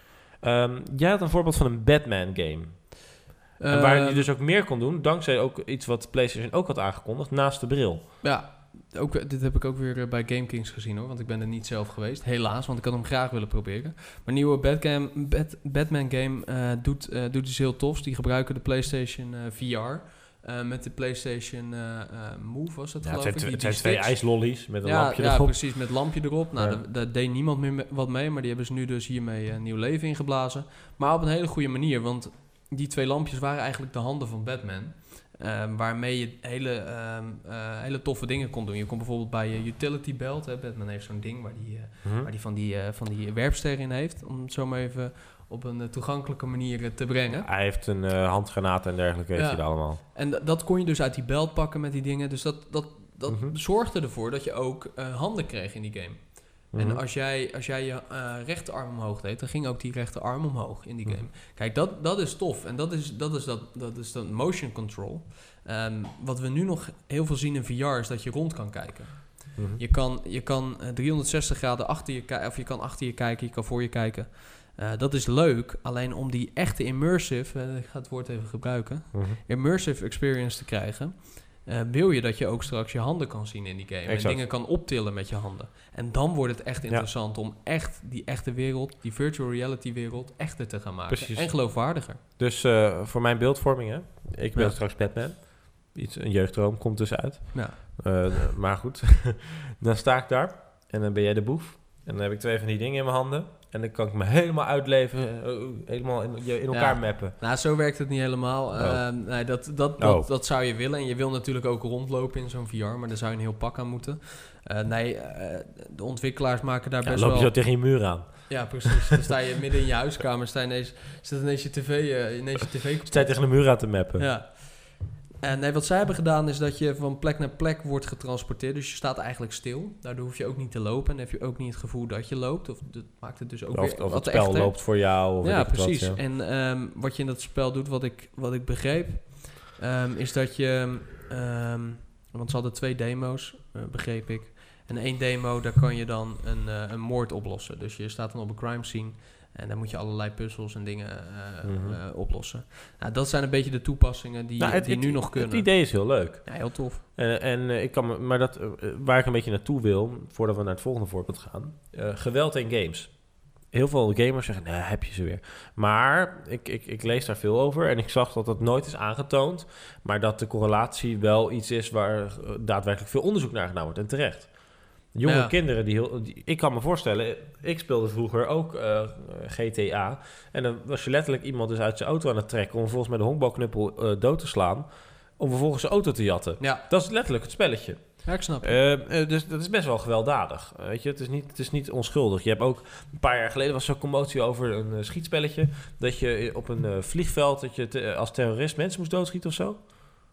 Um, jij had een voorbeeld van een Batman game. Uh, en waar je dus ook meer kon doen, dankzij ook iets wat PlayStation ook had aangekondigd, naast de bril. Ja. Ook, dit heb ik ook weer bij GameKings gezien hoor, want ik ben er niet zelf geweest. Helaas, want ik had hem graag willen proberen. Maar nieuwe Batgame, Bat, Batman game uh, doet, uh, doet iets heel tofs. Die gebruiken de PlayStation uh, V R. Uh, met de PlayStation uh, uh, Move was dat ja, geloof het ik. Zijn die, het zijn twee ijslollies met een ja, lampje ja, erop. Ja, precies, met lampje erop. Nou, ja. daar, daar deed niemand meer me, wat mee, maar die hebben ze nu dus hiermee uh, nieuw leven ingeblazen. Maar op een hele goede manier, want die twee lampjes waren eigenlijk de handen van Batman. Um, waarmee je hele, um, uh, hele toffe dingen kon doen. Je kon bijvoorbeeld bij je utility belt... Hè, Batman heeft zo'n ding waar die, uh, mm-hmm. waar die van die, uh, van die werpster in heeft... om het zo maar even op een uh, toegankelijke manier uh, te brengen. Hij heeft een uh, handgranaat en dergelijke, heeft ja. hij allemaal. En d- dat kon je dus uit die belt pakken met die dingen. Dus dat, dat, dat mm-hmm. zorgde ervoor dat je ook uh, handen kreeg in die game. Mm-hmm. En als jij, als jij je uh, rechterarm omhoog deed, dan ging ook die rechterarm omhoog in die game. Mm-hmm. Kijk, dat, dat is tof. En dat is dat, is dat, dat, is dat motion control. Um, wat we nu nog heel veel zien in V R is dat je rond kan kijken. Mm-hmm. Je kan, je kan uh, driehonderdzestig graden achter je kijken, of je kan achter je kijken, je kan voor je kijken. Uh, dat is leuk, alleen om die echte immersive, uh, ik ga het woord even gebruiken, mm-hmm. immersive experience te krijgen, Uh, wil je dat je ook straks je handen kan zien in die game. Exact. En dingen kan optillen met je handen. En dan wordt het echt interessant ja. om echt die echte wereld, die virtual reality wereld, echter te gaan maken. Precies. En geloofwaardiger. Dus uh, voor mijn beeldvorming, hè? Ik ben ja. straks Batman. Iets, een jeugddroom komt dus uit. Ja. Uh, maar goed, dan sta ik daar en dan ben jij de boef. En dan heb ik twee van die dingen in mijn handen. En dan kan ik me helemaal uitleven, uh, helemaal in, in elkaar ja. mappen. Nou, zo werkt het niet helemaal. Oh. Uh, nee, dat, dat, dat, oh. dat zou je willen. En je wil natuurlijk ook rondlopen in zo'n V R, maar daar zou je een heel pak aan moeten. Uh, nee, uh, de ontwikkelaars maken daar ja, best loop wel... je zo tegen je muur aan. Ja, precies. Dan sta je midden in je huiskamer, sta je ineens, staat ineens je tv, uh, ineens je tv kapot. Sta je tegen de muur aan te mappen. Ja. En nee, wat zij hebben gedaan is dat je van plek naar plek wordt getransporteerd. Dus je staat eigenlijk stil. Daardoor hoef je ook niet te lopen. En dan heb je ook niet het gevoel dat je loopt. Of dat maakt het dus ook of, weer of wat het spel echter. loopt voor jou. Of ja, precies. Wat, ja. En um, wat je in dat spel doet, wat ik, wat ik begreep, um, is dat je... Um, want ze hadden twee demo's, uh, begreep ik. En één demo, daar kan je dan een, uh, een moord oplossen. Dus je staat dan op een crime scene... En dan moet je allerlei puzzels en dingen uh, mm-hmm. uh, oplossen. Nou, dat zijn een beetje de toepassingen die, nou, het, die het, nu nog kunnen. Het idee is heel leuk. Ja, heel tof. En, en uh, ik kan, maar dat, uh, waar ik een beetje naartoe wil, voordat we naar het volgende voorbeeld gaan. Uh, geweld in games. Heel veel gamers zeggen, nee, heb je ze weer. Maar ik, ik, ik lees daar veel over en ik zag dat dat nooit is aangetoond. Maar dat de correlatie wel iets is waar uh, daadwerkelijk veel onderzoek naar gedaan wordt. En terecht. Jonge ja. kinderen, die, heel, die... Ik kan me voorstellen, ik speelde vroeger ook uh, G T A. En dan was je letterlijk iemand dus uit zijn auto aan het trekken... om volgens met de honkbalknuppel uh, dood te slaan... om vervolgens zijn auto te jatten. Ja. Dat is letterlijk het spelletje. Ja, ik snap je. Uh, uh, dus dat is best wel gewelddadig. Uh, weet je, het is, niet, het is niet onschuldig. Je hebt ook een paar jaar geleden was zo'n commotie over een uh, schietspelletje. Dat je op een uh, vliegveld dat je te, als terrorist mensen moest doodschieten of zo.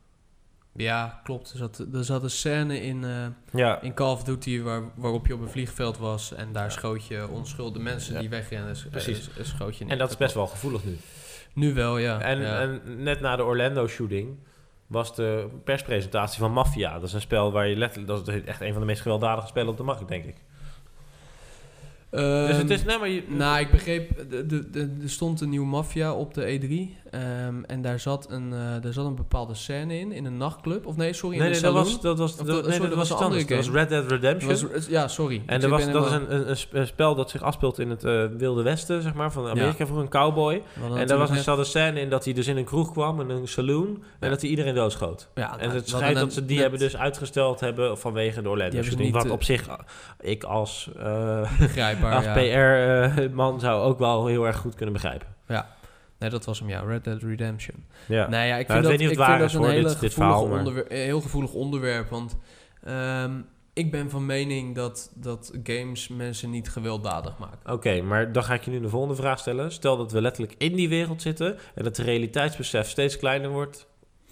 Ja, klopt. Er zat, er zat een scène in, uh, ja. in Call of Duty waar, waarop je op een vliegveld was en daar ja. schoot je onschuldige mensen ja. die wegrennen. Precies. Uh, schoot je en dat is best wel gevoelig nu. Nu wel, ja. En, ja. en net na de Orlando-shooting was de perspresentatie van Mafia. Dat is een spel waar je letterlijk... Dat is echt een van de meest gewelddadige spellen op de markt, denk ik. Um, dus het is... Nee, maar je, nou, ik begreep... De, de, de, er stond een nieuw Mafia op de E drie. Um, en daar zat, een, uh, daar zat een bepaalde scène in. In een nachtclub. Of nee, sorry, in nee, een nee, saloon. Dat was, dat was, of dat, de, nee, sorry, dat was een andere game. Dat was Red Dead Redemption. Was, ja, sorry. En er was, dat is een, een, een spel dat zich afspeelt in het uh, Wilde Westen, zeg maar. Van Amerika ja. voor een cowboy. En daar was een scène in dat hij dus in een kroeg kwam. In een saloon. Ja. En dat hij iedereen doodschoot. Ja, en het schijnt dat ze die net, hebben dus uitgesteld hebben vanwege de Orlando-shooting. Wat op zich, ik als, uh, als P R-man uh, zou ook wel heel erg goed kunnen begrijpen. Ja. Nee, dat was hem, ja. Red Dead Redemption. Ja. Nee, ja, ik nou, vind ik dat, weet niet ik vind dat een hele dit, dit gevoelig verhaal, onderwerp, heel gevoelig onderwerp. Want um, ik ben van mening dat, dat games mensen niet gewelddadig maken. Oké, okay, maar dan ga ik je nu de volgende vraag stellen. Stel dat we letterlijk in die wereld zitten en dat de realiteitsbesef steeds kleiner wordt.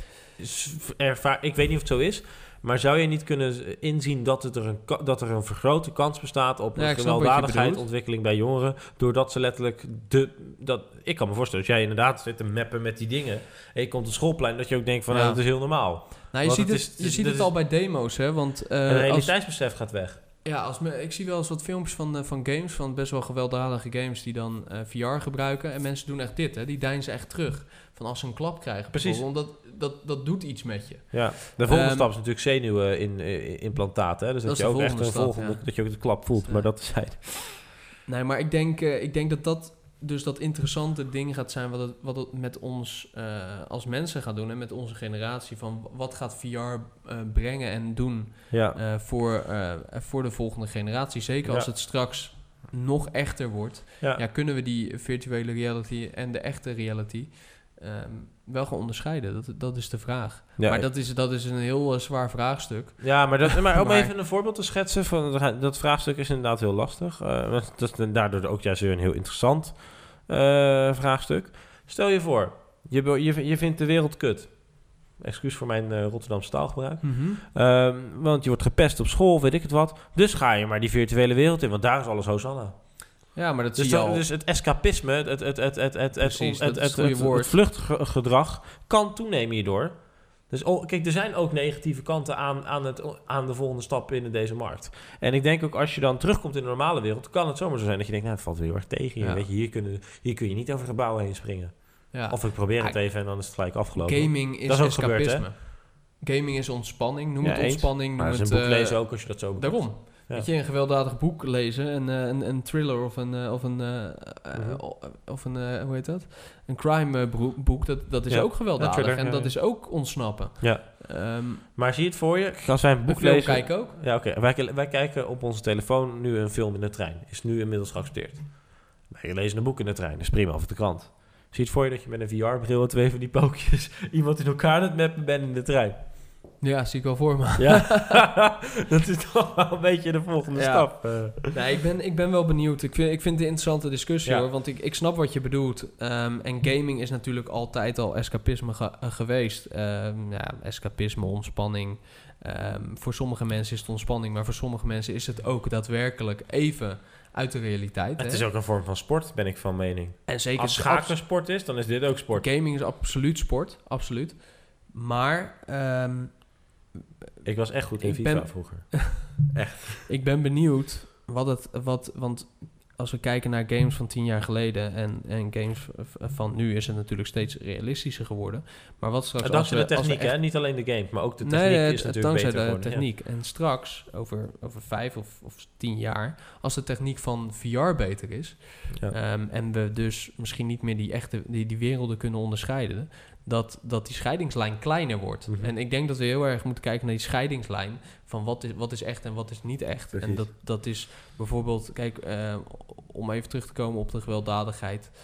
Ervaar, ik weet niet of het zo is. Maar zou je niet kunnen inzien dat, het er, een, dat er een vergrote kans bestaat op ja, een gewelddadigheidt ontwikkeling bij jongeren, doordat ze letterlijk de... Dat, ik kan me voorstellen, als jij inderdaad zit te mappen met die dingen en je komt op het schoolplein, dat je ook denkt van, ja. nou, dat is heel normaal. Nou, je ziet het, is, je ziet het al bij demo's, hè. Want, uh, het realiteitsbesef gaat weg. Ja, als me, ik zie wel eens wat filmpjes van, uh, van games, van best wel gewelddadige games die dan uh, V R gebruiken. En mensen doen echt dit, hè. Die deinzen echt terug. Van als ze een klap krijgen. Precies. Omdat dat, dat doet iets met je. Ja, de volgende um, stap is natuurlijk zenuwen in, in implantaten. Hè? Dus dat, dat je ook echt een stap, volgende, ja. dat je ook de klap voelt. Ja. Maar dat is het. Nee, maar ik denk, uh, ik denk dat dat dus dat interessante ding gaat zijn wat het, wat het met ons uh, als mensen gaat doen en met onze generatie. Van wat gaat V R uh, brengen en doen ja. uh, voor, uh, voor de volgende generatie. Zeker als ja. het straks nog echter wordt. Ja. Ja, kunnen we die virtuele reality en de echte reality um, wel gaan onderscheiden? Dat, dat is de vraag. Ja, maar dat is, dat is een heel uh, zwaar vraagstuk. Ja, maar, dat, maar om maar, even een voorbeeld te schetsen van dat vraagstuk is inderdaad heel lastig. Uh, dat is daardoor ook juist weer een heel interessant uh, vraagstuk. Stel je voor, je, je, je vindt de wereld kut. Excuus voor mijn uh, Rotterdamse taalgebruik. Mm-hmm. Um, want je wordt gepest op school, weet ik het wat. Dus ga je maar die virtuele wereld in, want daar is alles Hosanna. Ja, maar dat dus, zie je al. Dus het escapisme, het, het, het, het, het, het, Precies, het, het, het, het, het vluchtgedrag kan toenemen hierdoor. Dus oh, kijk, er zijn ook negatieve kanten aan, aan, het, aan de volgende stap binnen deze markt. En ik denk ook als je dan terugkomt in de normale wereld, kan het zomaar zo zijn dat je denkt, nou, het valt weer heel erg tegen. Ja. Weet je, hier, kunnen, hier kun je niet over gebouwen heen springen. Ja. Of ik probeer het ja, even en dan is het gelijk afgelopen. Gaming is, dat is ook escapisme. Gebeurd, Gaming is ontspanning. Noem ja, het ontspanning. Noem maar het, is een boek uh, lezen ook als je dat zo bedoelt. Daarom. Ja. Weet je, een gewelddadig boek lezen, een, een, een thriller of een, uh, of een, uh, mm-hmm. uh, of een uh, hoe heet dat? Een crime uh, boek, dat, dat is ja. ook gewelddadig ja, thriller, en ja, dat ja. is ook ontsnappen. Ja. Um, maar zie je het voor je? Als wij een boek lezen... kijken ook. Ja, oké. Okay. Wij, wij kijken op onze telefoon nu een film in de trein. Is nu inmiddels geaccepteerd. Wij lezen een boek in de trein, is prima, of op de krant. Zie je het voor je dat je met een V R-bril en twee van die pookjes iemand in elkaar aan het mappen bent in de trein? Ja, zie ik wel voor me. Ja, dat is toch wel een beetje de volgende ja. stap. Uh. Nee, ik ben, ik ben wel benieuwd. Ik vind, ik vind het een interessante discussie, ja. hoor. Want ik, ik snap wat je bedoelt. Um, en gaming is natuurlijk altijd al escapisme ge- uh, geweest. Um, ja, escapisme, ontspanning. Um, voor sommige mensen is het ontspanning, maar voor sommige mensen is het ook daadwerkelijk even uit de realiteit. Het hè? is ook een vorm van sport, ben ik van mening. En zeker als schaken abs- sport is, dan is dit ook sport. Gaming is absoluut sport, absoluut. Maar... Um, ik was echt goed in FIFA ben, vroeger. Echt. Ik ben benieuwd wat het... Wat, want als we kijken naar games van tien jaar geleden... en, en games van nu is het natuurlijk steeds realistischer geworden. Maar wat straks... Dankzij de we, techniek, echt, hè? Niet alleen de game, maar ook de techniek nee, is natuurlijk beter geworden. Dankzij de techniek. Ja. En straks, over, over vijf of, of tien jaar... als de techniek van V R beter is... Ja. Um, en we dus misschien niet meer die echte die, die werelden kunnen onderscheiden... Dat, dat die scheidingslijn kleiner wordt. Mm-hmm. En ik denk dat we heel erg moeten kijken naar die scheidingslijn... van wat is, wat is echt en wat is niet echt. Precies. En dat, dat is bijvoorbeeld... Kijk, uh, om even terug te komen op de gewelddadigheid...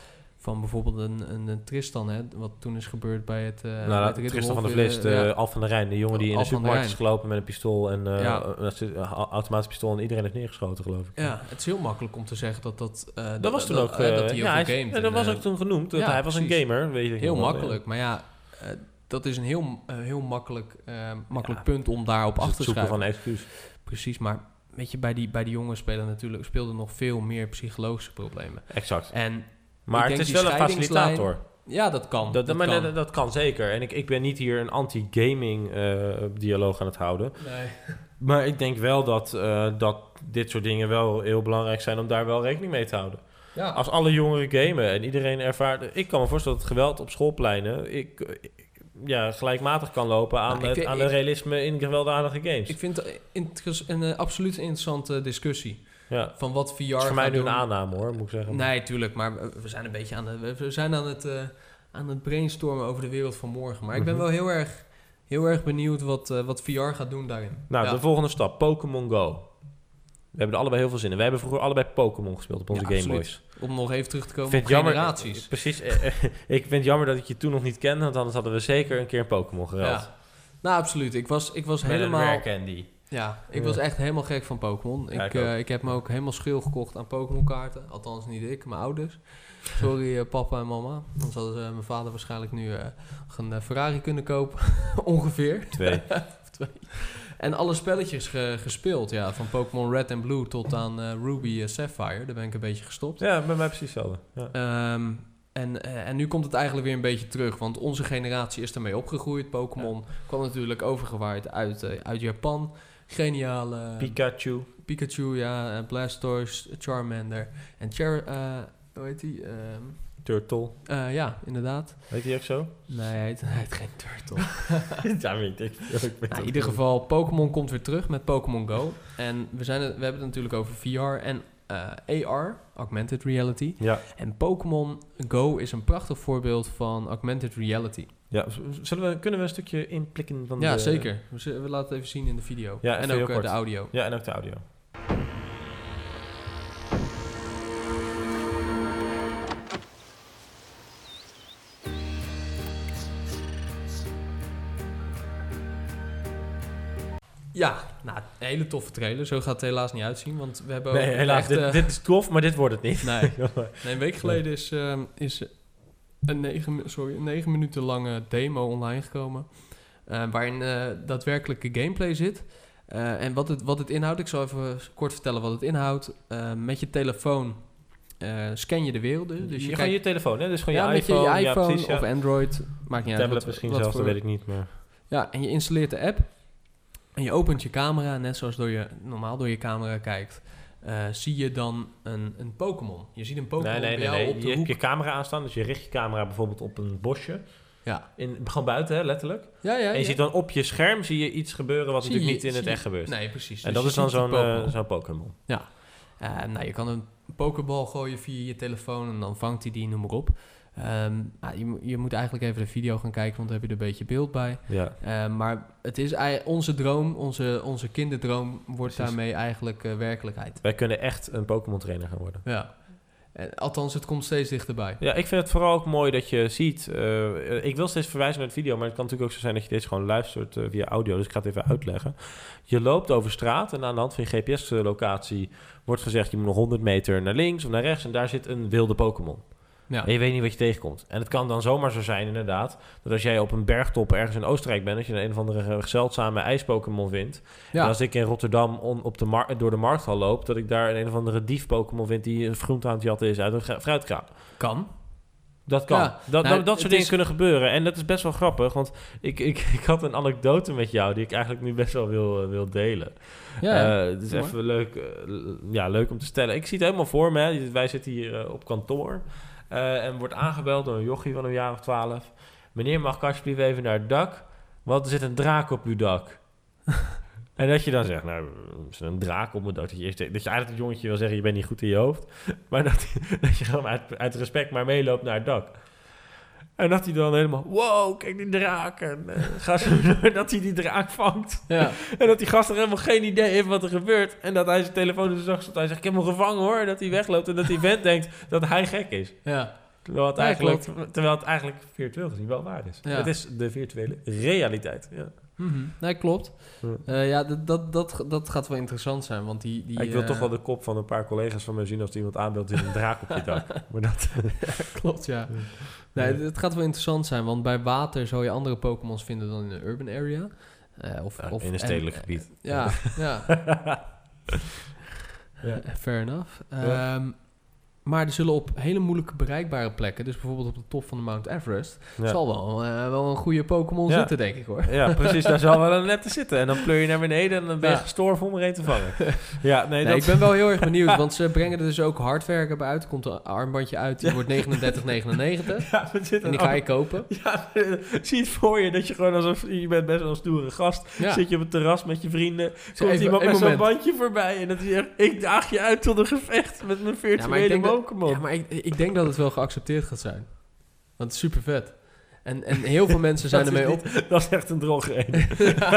van bijvoorbeeld een, een, een Tristan, hè, wat toen is gebeurd bij het... Uh, nou, bij het het Tristan van de Ridderhof, Vlist, uh, uh, ja. Al van der Rijn, de jongen die in Al de van der supermarkt is Rijn. gelopen met een pistool en uh, Ja. een automatisch pistool en iedereen heeft neergeschoten, geloof ik. Ja, het is heel makkelijk om te zeggen dat dat... Uh, dat, dat was toen dat, ook... Uh, Uh, dat hij ja, ook hij, gamed. ja, dat en, was uh, ook toen genoemd. Dat ja, hij was precies. een gamer, weet ik Heel nog wel, makkelijk, ja. maar ja... Uh, dat is een heel, uh, heel makkelijk, uh, makkelijk Ja. punt om daarop Dus af het te zoeken schrijven. van een excuus. Precies, maar weet je, bij die, bij die jongens spelen natuurlijk, speelden nog veel meer psychologische problemen. Exact. En Maar ik het denk is die wel een scheidingslijn- facilitator. Ja, dat kan. Dat, dat maar kan. Dat, dat kan zeker. En ik, ik ben niet hier een anti-gaming uh, dialoog aan het houden. Nee. Maar ik denk wel dat, uh, dat dit soort dingen wel heel belangrijk zijn om daar wel rekening mee te houden. Ja. Als alle jongeren gamen en iedereen ervaart... Ik kan me voorstellen dat het geweld op schoolpleinen... Ik, ik, ja, gelijkmatig kan lopen aan, Nou, ik het, weet- aan ik- de realisme in gewelddadige games. Ik vind het inter- een uh, absoluut interessante discussie. ja. Van wat V R Het is voor mij gaat nu doen. een aanname, hoor, moet ik zeggen. Nee, tuurlijk, maar we we zijn een beetje aan, de, we- we zijn aan, het, uh, aan het brainstormen over de wereld van morgen. Maar ik ben Mhm. wel heel erg, heel erg benieuwd wat, uh, wat V R gaat doen daarin. Nou, Ja. de volgende stap. Pokémon Go. We hebben er allebei heel veel zin in. Wij hebben vroeger allebei Pokémon gespeeld op onze Ja, Game absoluut. Boys. Om nog even terug te komen Vind op het jammer- generaties. Precies. eh, eh, ik vind het jammer dat ik je toen nog niet kende, want anders hadden we zeker een keer een Pokémon gereld. Ja. Nou, absoluut. Ik was, ik was Met helemaal... een rare candy. Ja, ik Ja. was echt helemaal gek van Pokémon. Ja, ik, ik ook. uh, ik heb me ook helemaal schil gekocht aan Pokémon kaarten. Althans niet ik, mijn ouders. Sorry uh, papa en mama. Anders hadden ze, mijn vader waarschijnlijk nu uh, een uh, Ferrari kunnen kopen. Ongeveer. Twee. Twee. En alle spelletjes ge- gespeeld. Ja, van Pokémon Red en Blue tot aan uh, Ruby uh, Sapphire. Daar ben ik een beetje gestopt. Ja, bij mij precies hetzelfde. Ja. Um, en, uh, en nu komt het eigenlijk weer een beetje terug. Want onze generatie is ermee opgegroeid. Pokémon ja. kwam natuurlijk overgewaaid uit, uh, uit Japan. Geniale... Pikachu. Pikachu, ja. Uh, Blastoise, Charmander. En Char... Uh, hoe heet die? Um, Turtle. uh, ja, inderdaad. Heet die ook zo? Nee, hij heet, hij heet geen Turtle. ja, weet ik. ik nou, in ieder geval, Pokémon komt weer terug met Pokémon Go. En we, zijn het, we hebben het natuurlijk over V R en uh, A R, Augmented Reality. Ja. En Pokémon Go is een prachtig voorbeeld van Augmented Reality. Ja, zullen we, kunnen we een stukje inplikken van ja, de... zeker. We, we laten het even zien in de video. Ja, en even ook heel uh, kort. de audio. Ja, en ook de audio. Ja, nou, een hele toffe trailer. Zo gaat het helaas niet uitzien, want we hebben ook Nee, helaas. echt, Dit, uh, dit is tof, maar dit wordt het niet. Nee, nee een week geleden is, uh, is een, negen, sorry, een negen minuten lange demo online gekomen. Uh, waarin uh, daadwerkelijke gameplay zit. Uh, en wat het, wat het inhoudt, ik zal even kort vertellen wat het inhoudt. Uh, met je telefoon uh, scan je de wereld. Dus je, je kijkt, gewoon je telefoon, hè? Dus gewoon ja, je met iPhone. je, je iPhone ja, precies, ja. of Android. Maakt niet uit. Tablet Wat, misschien wat zelfs, voor, dat weet ik niet. Maar... Ja, en je installeert de app. En je opent je camera, net zoals door je, normaal door je camera kijkt. Uh, zie je dan een, een Pokémon. Je ziet een Pokémon Nee, nee, bij nee. jou nee. op Je de hebt hoek. je camera aanstaan, dus je richt je camera bijvoorbeeld op een bosje. Ja. In, gewoon buiten, hè, letterlijk. Ja, ja, En je ja. ziet dan op je scherm zie je iets gebeuren wat Zie natuurlijk je- niet in het zie echt je- gebeurt. Nee, precies. En Dus dat je is dan ziet die zo'n Pokémon. uh, zo'n Pokémon. Ja. Uh, nou, je kan een pokeball gooien via je telefoon en dan vangt hij die, noem maar op. Um, nou, je, mo- je moet eigenlijk even de video gaan kijken, want dan heb je er een beetje beeld bij. Ja. Uh, maar het is ei- onze droom, onze, onze kinderdroom wordt Precies. daarmee eigenlijk uh, werkelijkheid. Wij kunnen echt een Pokémon trainer gaan worden. Ja. En, althans, het komt steeds dichterbij. Ja, ik vind het vooral ook mooi dat je ziet... Uh, ik wil steeds verwijzen naar het video, maar het kan natuurlijk ook zo zijn dat je deze gewoon luistert uh, via audio. Dus ik ga het even uitleggen. Je loopt over straat en aan de hand van je G P S-locatie wordt gezegd... je moet nog honderd meter naar links of naar rechts en daar zit een wilde Pokémon. Ja. En je weet niet wat je tegenkomt. En het kan dan zomaar zo zijn, inderdaad... dat als jij op een bergtop ergens in Oostenrijk bent... dat je een, een of andere zeldzame ijs-Pokémon vindt... Ja. En als ik in Rotterdam on, op de mar- door de markthal loop... dat ik daar een, een of andere dief-Pokémon vind... die een groente aan het jatten is uit een gra- fruitkraam. Kan. Dat kan. Ja, dat, nou, dat, dat het soort dingen is- kunnen gebeuren. En dat is best wel grappig. Want ik, ik, ik had een anekdote met jou... die ik eigenlijk nu best wel wil, wil delen. Ja, Eh, het is doe maar. even leuk, uh, ja, leuk om te stellen. Ik zie het helemaal voor me. Hè. Wij zitten hier uh, op kantoor... Uh, en wordt aangebeld door een jochie van een jaar of twaalf. Meneer, mag ik alsjeblieft even naar het dak? Want er zit een draak op uw dak. En dat je dan zegt, nou, er zit een draak op mijn dak. Dat je, eerst, dat je eigenlijk het jongetje wil zeggen, je bent niet goed in je hoofd. Maar dat, dat je gewoon uit, uit respect maar meeloopt naar het dak. En dat hij dan helemaal, wow, kijk die draak. En uh, ga zo door dat hij die draak vangt. Ja. En dat die gast er helemaal geen idee heeft wat er gebeurt. En dat hij zijn telefoon in de zak stopt. Hij zegt, ik heb hem gevangen hoor. En dat hij wegloopt en dat die vent denkt dat hij gek is. Ja. Terwijl het, Ja, eigenlijk, klopt. terwijl het eigenlijk virtueel gezien wel waar is. Ja. Het is de virtuele realiteit. Ja. Mm-hmm. Nee, klopt. Ja. Uh, ja, dat, dat, dat, dat gaat wel interessant zijn, want die... die Ik wil uh, toch wel de kop van een paar collega's van mij zien als er iemand aanbeeldt in een draak op je dak. Maar dat... klopt, ja. Nee, het gaat wel interessant zijn, want bij water zou je andere Pokémons vinden dan in een urban area. Uh, of, ja, of, in een stedelijk en, gebied. Ja, ja. ja. Fair enough. Ja. Um, maar er zullen op hele moeilijke bereikbare plekken, dus bijvoorbeeld op de top van de Mount Everest, Ja. zal wel, uh, wel een goede Pokémon Ja. zitten, denk ik hoor. Ja, precies. Daar zal wel een net te zitten. En dan pleur je naar beneden en dan ben je Ja. gestorven om er een te vangen. Ja, nee, Nee, dat... ik ben wel heel erg benieuwd, want ze brengen er dus ook hardware bij uit. Er komt een armbandje uit, die wordt negenendertig negenennegentig. Ja, we zitten En die ga je kopen. Ja, zie het voor je dat je gewoon alsof je bent best wel een stoere gast. Ja. Zit je op het terras met je vrienden. Komt even- iemand één met zo'n moment. bandje voorbij en dat hij zegt: ik daag je uit tot een gevecht met mijn Ja, maar ik virtuele denk dat- Pokémon. Ja, maar ik, ik denk dat het wel geaccepteerd gaat zijn. Want het is super vet. En, en heel veel mensen zijn Dat is ermee op. niet- Dat is echt een drogreden.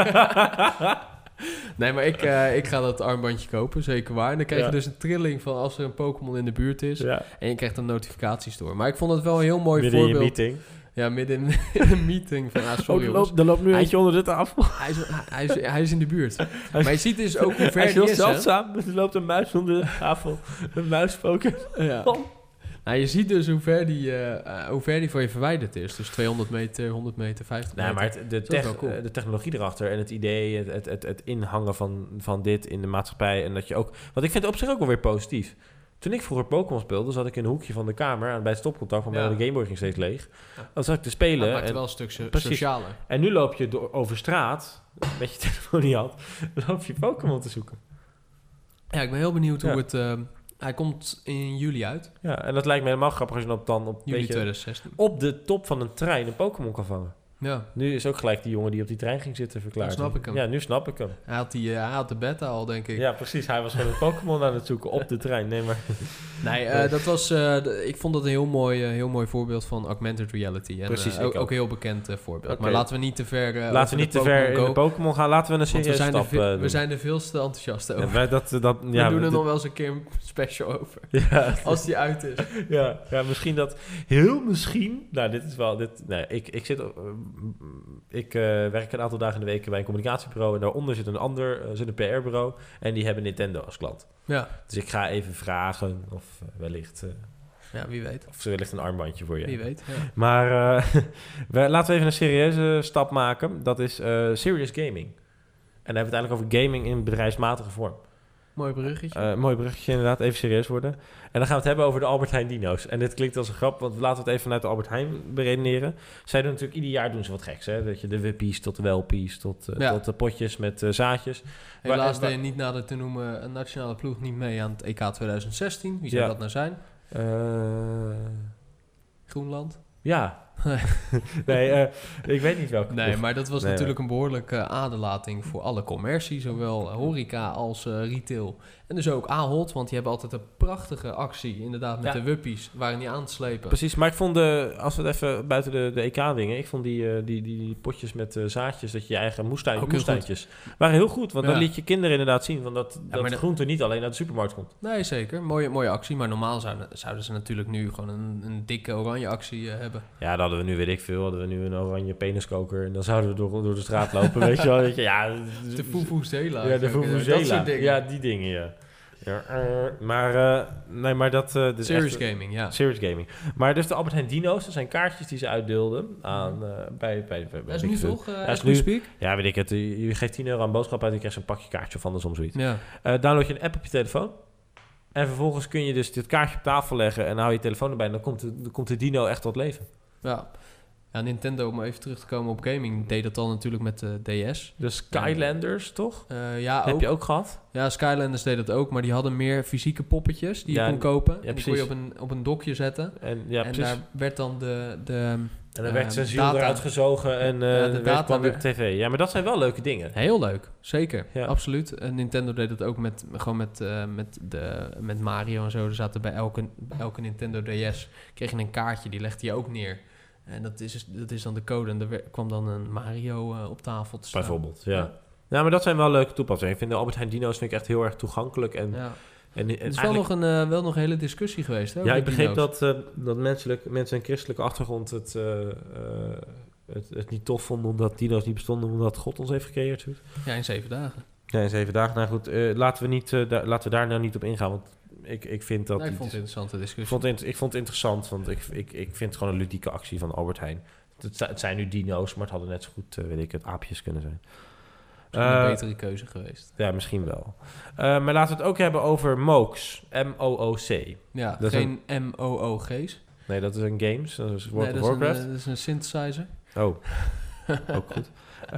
Nee, maar ik, uh, ik ga dat armbandje kopen, zeker waar. En dan krijg je Ja. dus een trilling van als er een Pokémon in de buurt is. Ja, En je krijgt een notificaties door. Maar ik vond het wel een heel mooi midden in je voorbeeld. meeting. Ja, midden in, in een meeting. Van, ah, Oh, sorry er jongens. loopt, er loopt nu Hij- eentje onder de tafel. Hij is, hij, is, hij is in de buurt. Maar je ziet dus ook hoe Hij ver is heel die is, hè? zeldzaam. Er loopt een muis onder de tafel. Een muispoker. Ja. Nou, je ziet dus hoe ver, die, uh, uh, hoe ver die van je verwijderd is. Dus tweehonderd meter, honderd meter, vijftig Nee, meter. maar het, de, Dat is wel tech, cool. eh, de technologie erachter en het idee, het, het, het, het inhangen van, van dit in de maatschappij. En dat je ook. Want ik vind het op zich ook wel weer positief. Toen ik vroeger Pokémon speelde, zat ik in een hoekje van de kamer aan bij het stopcontact, want Ja. de Gameboy ging steeds leeg. Ja. Dan zat ik te Ja, spelen. het maakt het en, wel een stuk so- Precies. socialer. en nu loop je door, over straat, met je telefoon in je hand, loop je Pokémon te zoeken. Ja, ik ben heel benieuwd hoe Ja. het... Uh, hij komt in juli uit. Ja, en dat lijkt me helemaal grappig als je dan op, dan op, Juli weet je, tweeduizend zestien. op de top van een trein een Pokémon kan vangen. Ja, Nu is ook gelijk die jongen die op die trein ging zitten verklaard. Nu snap ik hem. Ja, nu snap ik hem. hij had, die, uh, hij had de beta al, denk ik. Ja, precies. Hij was gewoon een Pokémon aan het zoeken op de trein. Nee, maar... Nee, uh, dat was... Uh, de, ik vond dat een heel mooi, uh, heel mooi voorbeeld van augmented reality. En, Precies, uh, ook, ik ook. ook een heel bekend uh, voorbeeld. Oké. Maar laten we niet te ver... Uh, Laten we niet te ver in de Pokémon gaan. Laten we een Want we serieuze zijn, er stap ve- eh, we doen. zijn er veel te enthousiast over. Ja, wij- dat, dat, we ja, doen er dit- nog wel eens een keer een special over. Ja, Als die uit is. ja, ja, misschien dat... Heel misschien... Nou, dit is wel... Dit, nee, ik, ik zit... Uh, ik uh, werk een aantal dagen in de week bij een communicatiebureau. En daaronder zit een ander... Uh, zit een P R-bureau. En die hebben Nintendo als klant. Ja, Dus ik ga even vragen of uh, wellicht... Uh, ja wie weet. of ze wellicht een armbandje voor je Wie hebben. weet, ja. Maar uh, we, laten we even een serieuze stap maken. Dat is uh, serious gaming. En dan hebben we het eigenlijk over gaming in bedrijfsmatige vorm. Mooi bruggetje. Uh, mooi bruggetje inderdaad, even serieus worden. En dan gaan we het hebben over de Albert Heijn dino's. En dit klinkt als een grap, want laten we het even vanuit de Albert Heijn beredeneren. Zij doen natuurlijk ieder jaar doen ze wat geks, hè? Dat je de wippies tot de welpies, tot, uh, Ja. tot de potjes met uh, zaadjes. Helaas waar- deed niet nader te noemen een nationale ploeg niet mee aan het E K tweeduizend zestien. Wie zou Ja. dat nou zijn? Uh, Groenland? ja. nee, uh, ik weet niet welke. Nee, maar dat was Nee, natuurlijk een behoorlijke aderlating voor alle commercie. Zowel horeca als uh, retail. En dus ook Ahold, want die hebben altijd een prachtige actie. Inderdaad, met Ja. de wuppies. Waren niet aan te slepen. Precies, maar ik vond de, als we het even buiten de, de E K-dingen, ik vond die, uh, die, die, die potjes met uh, zaadjes, dat je je eigen moestuin, Ook heel moestuintjes, waren heel goed. Want Ja. dan liet je kinderen inderdaad zien van dat, dat maar de- groente niet alleen uit de supermarkt komt. Nee, zeker. Mooie, mooie actie. Maar normaal zouden, zouden ze natuurlijk nu gewoon een, een dikke oranje actie uh, hebben. Ja, dan hadden we nu, weet ik veel, hadden we nu een oranje peniskoker en dan zouden we door, door de straat lopen, weet je wel. Weet je, ja, De Fufuzela. Ja, de Dat soort Vuvuzela. dingen. Ja, die dingen, ja. ja uh, maar, uh, nee, maar dat... Uh, dus Serious echt, gaming, ja. Serious gaming. Maar dus de Albert Heijn dino's, dat zijn kaartjes die ze uitdeelden aan, uh, bij, bij, bij... Dat is weet nu ik veel. toch? Uh, Ja, is as nu- we speak? Ja, weet ik het. Je je geeft tien euro aan boodschap uit en je krijgt zo'n pakje kaartje of andersom zoiets. Ja. Uh, download je een app op je telefoon. En vervolgens kun je dus dit kaartje op tafel leggen en dan hou je je telefoon erbij en dan komt de, dan komt de dino echt tot leven. Ja. Ja, Nintendo, om even terug te komen op gaming, deed dat al natuurlijk met de D S. De Skylanders, toch? Uh, ja, Heb ook. je ook gehad? Ja, Skylanders deed dat ook, maar die hadden meer fysieke poppetjes die Ja, je kon kopen. ja, en die kon je op precies. een, op een dokje zetten. En, ja, en precies. daar werd dan de... de En dan eh, werd zijn ziel data- eruit gezogen en uh, Ja, de de werd data kwam weer op werd- tv. Ja, maar dat zijn wel leuke dingen. Heel leuk, zeker. Ja. Absoluut. En Nintendo deed dat ook met, gewoon met, uh, met, de, met Mario en zo. Er zaten bij elke, elke Nintendo D S kreeg je een kaartje, die legde je ook neer. En dat is, dat is dan de code. En er wer- kwam dan een Mario uh, op tafel te staan. Bijvoorbeeld, ja. Ja. ja. maar dat zijn wel leuke toepassingen. Ik vind de Albert Heijn dino's vind ik echt heel erg toegankelijk. En Ja. En, en Het is wel nog, een, uh, wel nog een hele discussie geweest. Hè, ja, ik begreep dat, uh, dat menselijk, mensen een christelijke achtergrond het, uh, uh, het, het niet tof vonden omdat dino's niet bestonden, omdat God ons heeft gecreëerd. Zoiets. Ja, in zeven dagen. Ja, in zeven dagen. Nou goed, uh, laten, we niet, uh, da- laten we daar nou niet op ingaan, want ik, ik vind dat... Nee, ik vond het een interessante discussie. Ik vond het, ik vond het interessant, want ik, ik, ik vind het gewoon een ludieke actie van Albert Heijn. Het, het zijn nu dino's, maar het hadden net zo goed, uh, weet ik het, aapjes kunnen zijn. Misschien een Uh, betere keuze geweest. Ja, misschien wel. Uh, maar laten we het ook hebben over Mooks. M O O C. Ja, dat geen M O O G's. Nee, dat is een games. Dat is World nee, of dat Warcraft. Is een, dat is een synthesizer. Oh, ook goed.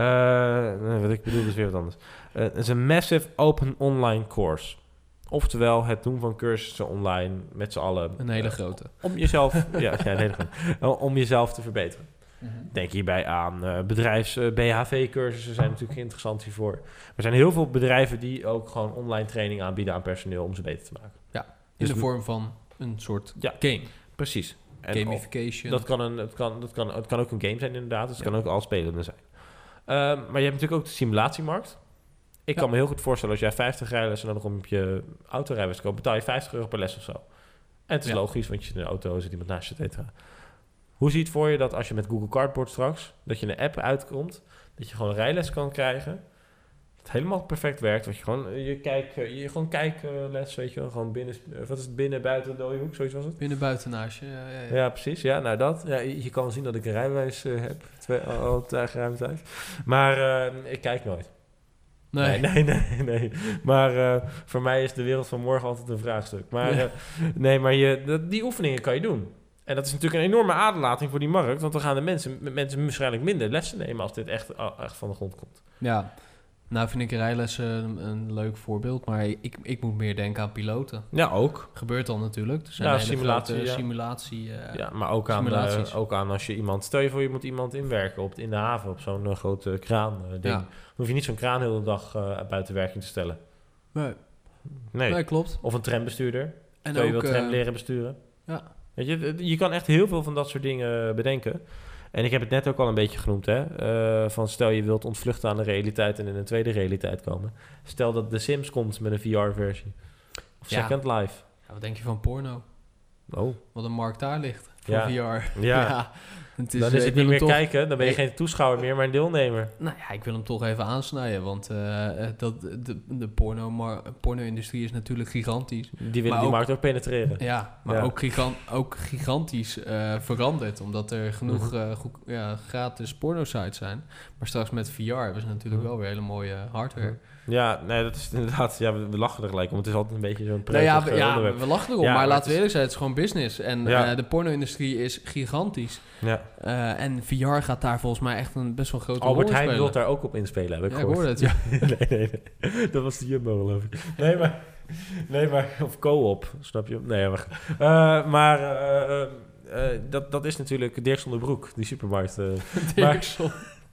Uh, nee, wat ik bedoel is weer wat anders. Uh, het is een massive open online course. Oftewel het doen van cursussen online met z'n allen. Een hele uh, grote. Om jezelf, ja, ja, een hele grote. Uh, om jezelf te verbeteren. Mm-hmm. Denk hierbij aan uh, bedrijfs uh, B H V-cursussen zijn natuurlijk interessant hiervoor. Er zijn heel veel bedrijven die ook gewoon online training aanbieden aan personeel om ze beter te maken. Ja, in dus de vorm van een soort ja, game. Precies. En gamification. Dat kan, een, het, kan, dat kan, het kan ook een game zijn inderdaad. Dus het ja. kan ook al spelende zijn. Uh, maar je hebt natuurlijk ook de simulatiemarkt. Ik ja. kan me heel goed voorstellen als jij vijftig rijlessen nodig om op je autorijbewijs te komen, betaal je vijftig euro per les of zo. En het is ja. logisch, want je zit in de auto, zit iemand naast je, et cetera. Hoe zie je het voor je dat als je met Google Cardboard straks, dat je een app uitkomt, dat je gewoon een rijles kan krijgen, het helemaal perfect werkt, dat je gewoon je kijk, je gewoon kijkles, weet je wel, gewoon binnen, wat is het, binnen, buiten, dode hoek, zoiets was het? Binnen, buiten, naast je, ja, ja, ja. Ja, precies, ja, nou dat. Ja, je, je kan zien dat ik een rijbewijs uh, heb, twee, al, al geruime tijd. Maar uh, ik kijk nooit. Nee, nee, nee, nee. nee. Maar uh, voor mij is de wereld van morgen altijd een vraagstuk. Maar ja. uh, nee, maar je, dat, die oefeningen kan je doen. En dat is natuurlijk een enorme aderlating voor die markt. Want dan gaan de mensen, mensen waarschijnlijk minder lessen nemen als dit echt, echt van de grond komt. Ja, nou vind ik rijlessen een, een leuk voorbeeld. Maar ik, ik moet meer denken aan piloten. Ja, ook. Gebeurt al natuurlijk. Er zijn ja, hele simulatie, ja. simulatie uh, ja, maar ook aan, uh, ook aan als je iemand... Stel je voor, je moet iemand inwerken op, in de haven op zo'n uh, grote kraan uh, ding. Ja. Dan hoef je niet zo'n kraan de hele dag uh, buiten werking te stellen. Nee. Nee. Nee, klopt. Of een trambestuurder. En Stel je ook, wil tram uh, leren besturen. Ja. Weet je, je kan echt heel veel van dat soort dingen bedenken. En ik heb het net ook al een beetje genoemd, hè. Uh, van stel je wilt ontvluchten aan de realiteit en in een tweede realiteit komen. Stel dat The Sims komt met een V R-versie. Of ja. Second Life. Ja, wat denk je van porno? Oh. Wat een markt daar ligt voor ja. V R. Ja. ja. Het is, dan is het niet meer toch... kijken, dan ben je nee. geen toeschouwer meer, maar een deelnemer. Nou ja, ik wil hem toch even aansnijden, want uh, dat, de, de porno mar- porno-industrie is natuurlijk gigantisch. Die willen die ook, markt ook penetreren. Ja, maar ja. Ook, gigan- ook gigantisch uh, veranderd, omdat er genoeg uh, goed, ja, gratis porno-sites zijn. Maar straks met V R hebben ze natuurlijk wel weer hele mooie hardware. Ja, nee, dat is inderdaad... Ja, we, we lachen er gelijk om. Het is altijd een beetje zo'n nou ja, we, ja, we lachen erom, ja, maar, maar laten we eerlijk zijn, het is gewoon business. En ja. uh, de porno-industrie is gigantisch. Ja. Uh, en V R gaat daar volgens mij echt een best wel grote Albert rol in spelen. Heijn wil daar ook op inspelen, heb ik ja, gehoord. ik hoorde het, ja. nee, nee, nee. Dat was de Jumbo, geloof ik. Nee, maar... Nee, maar... Of Co-op, snap je? Nee, maar... Uh, maar uh, uh, uh, dat, dat is natuurlijk Dirk zonder broek, die supermarkt. Uh, Dirk zonder...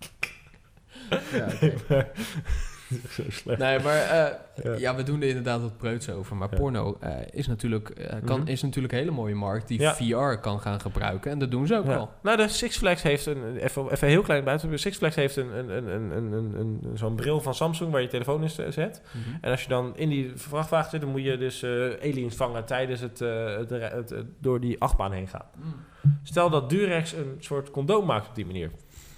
ja, okay. nee, maar, zo slecht. Nee, maar uh, ja. ja, we doen er inderdaad wat preuts over. Maar ja. porno uh, is, natuurlijk, uh, kan, mm-hmm. is natuurlijk een hele mooie markt die ja. V R kan gaan gebruiken. En dat doen ze ook ja. al. Nou, de Six Flags heeft een... Even, even heel klein buiten. Six Flags heeft een, een, een, een, een, een, een, zo'n bril van Samsung waar je telefoon in zet. Mm-hmm. En als je dan in die vrachtwagen zit, dan moet je dus uh, aliens vangen tijdens het, uh, het, het, het, het door die achtbaan heen gaan. Mm. Stel dat Durex een soort condoom maakt op die manier.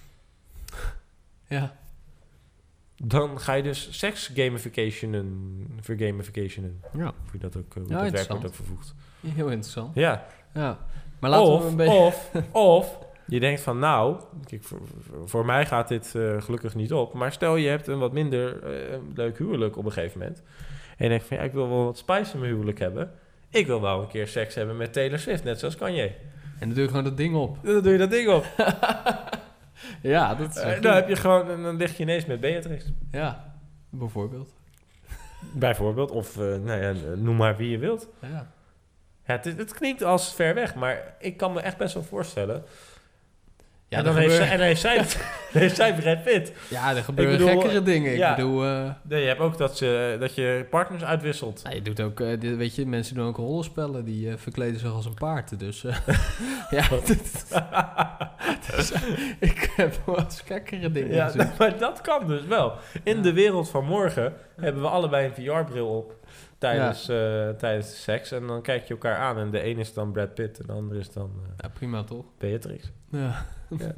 Ja. Dan ga je dus seks gamificationen, vergamificationen. Ja. Of je dat ook, hoe ja, dat werk wordt ook vervoegd. Heel interessant. Ja. Ja. Maar laten of, we een beetje... Of, of, je denkt van nou, kijk, voor, voor mij gaat dit uh, gelukkig niet op. Maar stel je hebt een wat minder uh, leuk huwelijk op een gegeven moment. En je denkt van ja, ik wil wel wat spice in mijn huwelijk hebben. Ik wil wel een keer seks hebben met Taylor Swift, net zoals Kanye. En dan doe je gewoon dat ding op. Dan doe je dat ding op. Ja, dat is... Uh, dan heb je gewoon, dan lig je ineens met Beatrix. Ja, bijvoorbeeld. Bijvoorbeeld, of uh, nou ja, noem maar wie je wilt. Ja. Ja, het, het klinkt als ver weg, maar ik kan me echt best wel voorstellen. Ja, en, dan heeft zij, en dan heeft zij het... Nee, zij Brad Pitt. Ja, er gebeuren Ik bedoel, gekkere dingen. ja. Ik bedoel... Uh, Nee, je hebt ook dat, ze, dat je partners uitwisselt. nou, je doet ook, uh, dit, weet je, mensen doen ook rollenspellen. Die uh, verkleden zich als een paard. Dus uh, ja, dus, ik heb wel eens gekkere dingen Ja, gezien. maar dat kan dus wel. In Ja. de wereld van morgen hebben we allebei een V R-bril op tijdens, ja. uh, tijdens de seks. En dan kijk je elkaar aan en de een is dan Brad Pitt en de ander is dan uh, Ja, prima toch? Beatrix. Ja. Ja.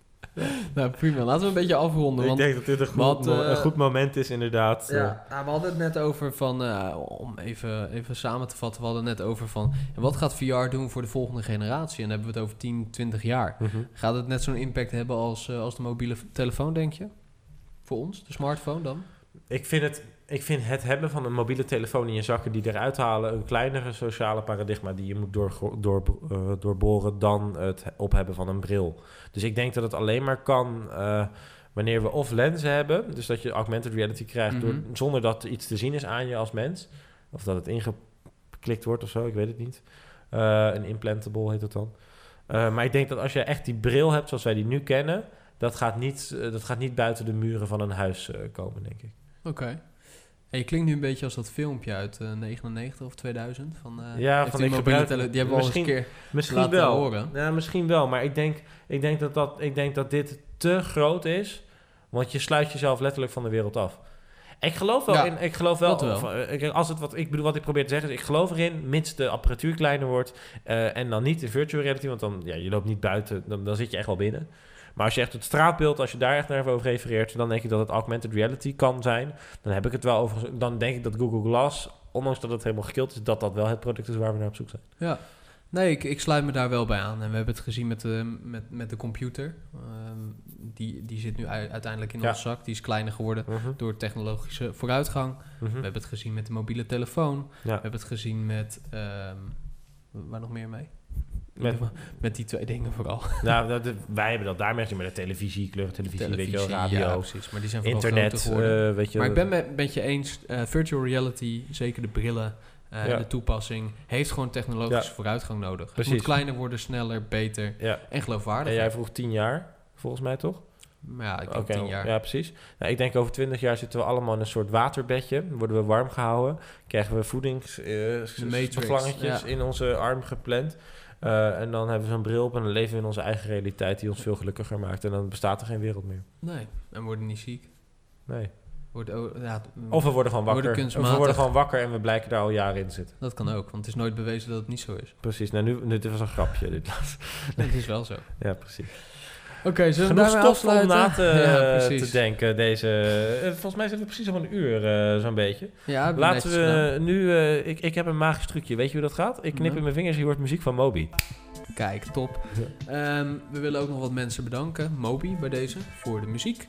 Nou, prima. Laten we een beetje afronden. Ik want denk dat dit een goed, had, uh, een goed moment is inderdaad. Ja, nou, we hadden het net over van, uh, om even, even samen te vatten, we hadden het net over van, en wat gaat V R doen voor de volgende generatie? En dan hebben we het over tien, twintig jaar. Mm-hmm. Gaat het net zo'n impact hebben als, uh, als de mobiele telefoon, denk je? Voor ons, de smartphone dan? Ik vind het... Ik vind het hebben van een mobiele telefoon in je zakken die eruit halen een kleinere sociale paradigma die je moet door, door, uh, doorboren dan het ophebben van een bril. Dus ik denk dat het alleen maar kan uh, wanneer we of lenzen hebben, dus dat je augmented reality krijgt Mm-hmm. door, zonder dat er iets te zien is aan je als mens. Of dat het ingeklikt wordt of zo, ik weet het niet. Uh, een implantable heet het dan. Uh, maar ik denk dat als je echt die bril hebt zoals wij die nu kennen, dat gaat niet, uh, dat gaat niet buiten de muren van een huis uh, komen, denk ik. Oké. Okay. En je klinkt nu een beetje als dat filmpje uit uh, negenennegentig of tweeduizend. Van, uh, ja, van ik gebruik... Tele- die hebben we al eens een keer misschien laten wel. horen. Ja, misschien wel. Maar ik denk, ik, denk dat dat, ik denk dat dit te groot is. Want je sluit jezelf letterlijk van de wereld af. Ik geloof wel ja, in... Ik geloof wel... wel. Of, uh, als het wat, ik bedoel, wat ik probeer te zeggen is... Ik geloof erin, mits de apparatuur kleiner wordt... Uh, en dan niet in virtual reality... Want dan, ja, je loopt niet buiten. Dan, dan zit je echt wel binnen. Maar als je echt het straatbeeld, als je daar echt naar over refereert, dan denk ik dat het augmented reality kan zijn. Dan heb ik het wel over. Dan denk ik dat Google Glass, ondanks dat het helemaal gekild is, dat dat wel het product is waar we naar op zoek zijn. Ja, nee, ik, ik sluit me daar wel bij aan. En we hebben het gezien met de, met, met de computer. Um, die, die zit nu u- uiteindelijk in ja. onze zak. Die is kleiner geworden Uh-huh. door technologische vooruitgang. Uh-huh. We hebben het gezien met de mobiele telefoon. Ja. We hebben het gezien met... Um, waar nog meer mee? Met, met die twee dingen vooral. nou, dat, wij hebben dat daarmee gezien, maar de televisie, kleurtelevisie, televisie, weet je wel, radio, ja, precies. Maar die zijn vooral internet, geworden. Uh, weet je maar ik ben met, met je eens, uh, virtual reality, zeker de brillen, uh, ja. de toepassing, heeft gewoon technologische ja. vooruitgang nodig. Precies. Het moet kleiner worden, sneller, beter ja. en geloofwaardiger. En jij vroeg tien jaar, volgens mij toch? Ja, ik denk okay, tien jaar. Ja, precies. Nou, ik denk over twintig jaar zitten we allemaal in een soort waterbedje. Worden we warm gehouden. Krijgen we voedingsslangetjes uh, ja. in onze arm gepland. Uh, en dan hebben we zo'n bril op en dan leven we in onze eigen realiteit die ons veel gelukkiger maakt. En dan bestaat er geen wereld meer. Nee, en we worden niet ziek. Nee. Wordt, oh, ja, of we worden gewoon wakker. Worden of we worden gewoon wakker en we blijken daar al jaren in te zitten. Dat kan ook, want het is nooit bewezen dat het niet zo is. Precies. Nou, nu, nu dit was een grapje. Dit nee, het is wel zo. Ja, precies. Oké, okay, zullen we Genoeg daarmee stof om na te, ja, te denken. Deze, uh, volgens mij zitten we precies op een uur, uh, zo'n beetje. Ja, laten we gedaan. nu... Uh, ik, ik heb een magisch trucje. Weet je hoe dat gaat? Ik knip ja. in mijn vingers en je hoort muziek van Moby. Kijk, top. Ja. Um, we willen ook nog wat mensen bedanken. Moby bij deze, voor de muziek.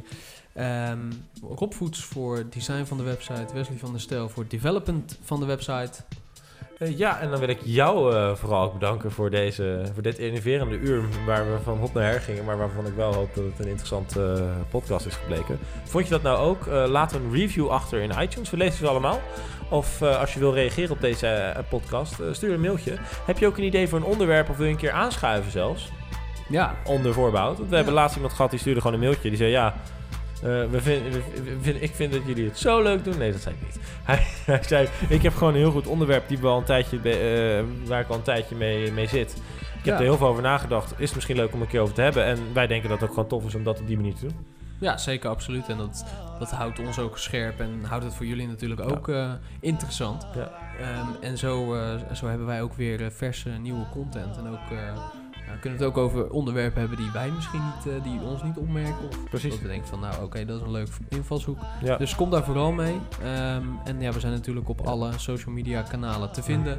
Um, Rob Voets voor het design van de website. Wesley van der Stel voor het development van de website. Uh, ja, en dan wil ik jou uh, vooral ook bedanken voor, deze, voor dit innoverende uur waar we van hop naar her gingen, maar waarvan ik wel hoop dat het een interessante uh, podcast is gebleken. Vond je dat nou ook? Uh, laat een review achter in iTunes. We lezen ze allemaal. Of uh, als je wil reageren op deze uh, podcast, uh, stuur een mailtje. Heb je ook een idee voor een onderwerp of wil je een keer aanschuiven zelfs? Ja. Onder voorbehoud. Want we ja. hebben laatst iemand gehad die stuurde gewoon een mailtje. Die zei ja... Uh, we vind, we, we vind, ik vind dat jullie het zo leuk doen. Nee, dat zei ik niet. Hij, hij zei, ik heb gewoon een heel goed onderwerp die we al een tijdje, uh, waar ik al een tijdje mee, mee zit. Ik heb ja. er heel veel over nagedacht. Is het misschien leuk om een keer over te hebben. En wij denken dat het ook gewoon tof is om dat op die manier te doen. Ja, zeker, absoluut. En dat, dat houdt ons ook scherp en houdt het voor jullie natuurlijk ook uh, interessant. Ja. Um, en zo, uh, zo hebben wij ook weer uh, verse nieuwe content. En ook... Uh, Nou, we kunnen het ook over onderwerpen hebben die wij misschien niet, uh, die ons niet opmerken. Of Precies. Dat we denken van, nou oké, okay, dat is een leuk invalshoek. Ja. Dus kom daar vooral mee. Um, en ja, we zijn natuurlijk op alle social media kanalen te vinden.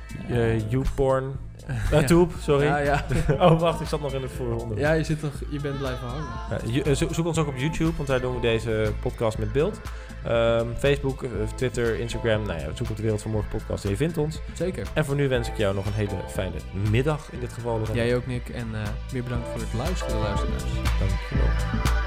Uh, YouPorn. Uh, ja. Tube, sorry. Ja, ja. Oh, wacht, ik zat nog in het voorronde. Ja, je, zit nog, je bent blijven hangen. Ja, zo, zoek ons ook op YouTube, want daar doen we deze podcast met beeld. Um, Facebook, uh, Twitter, Instagram. Nou ja, zoek op de Wereld van Morgen podcast en je vindt ons. Zeker. En voor nu wens ik jou nog een hele fijne middag in dit geval. Jij ook, Nick. En uh, weer bedankt voor het luisteren, luisteraars. Dankjewel.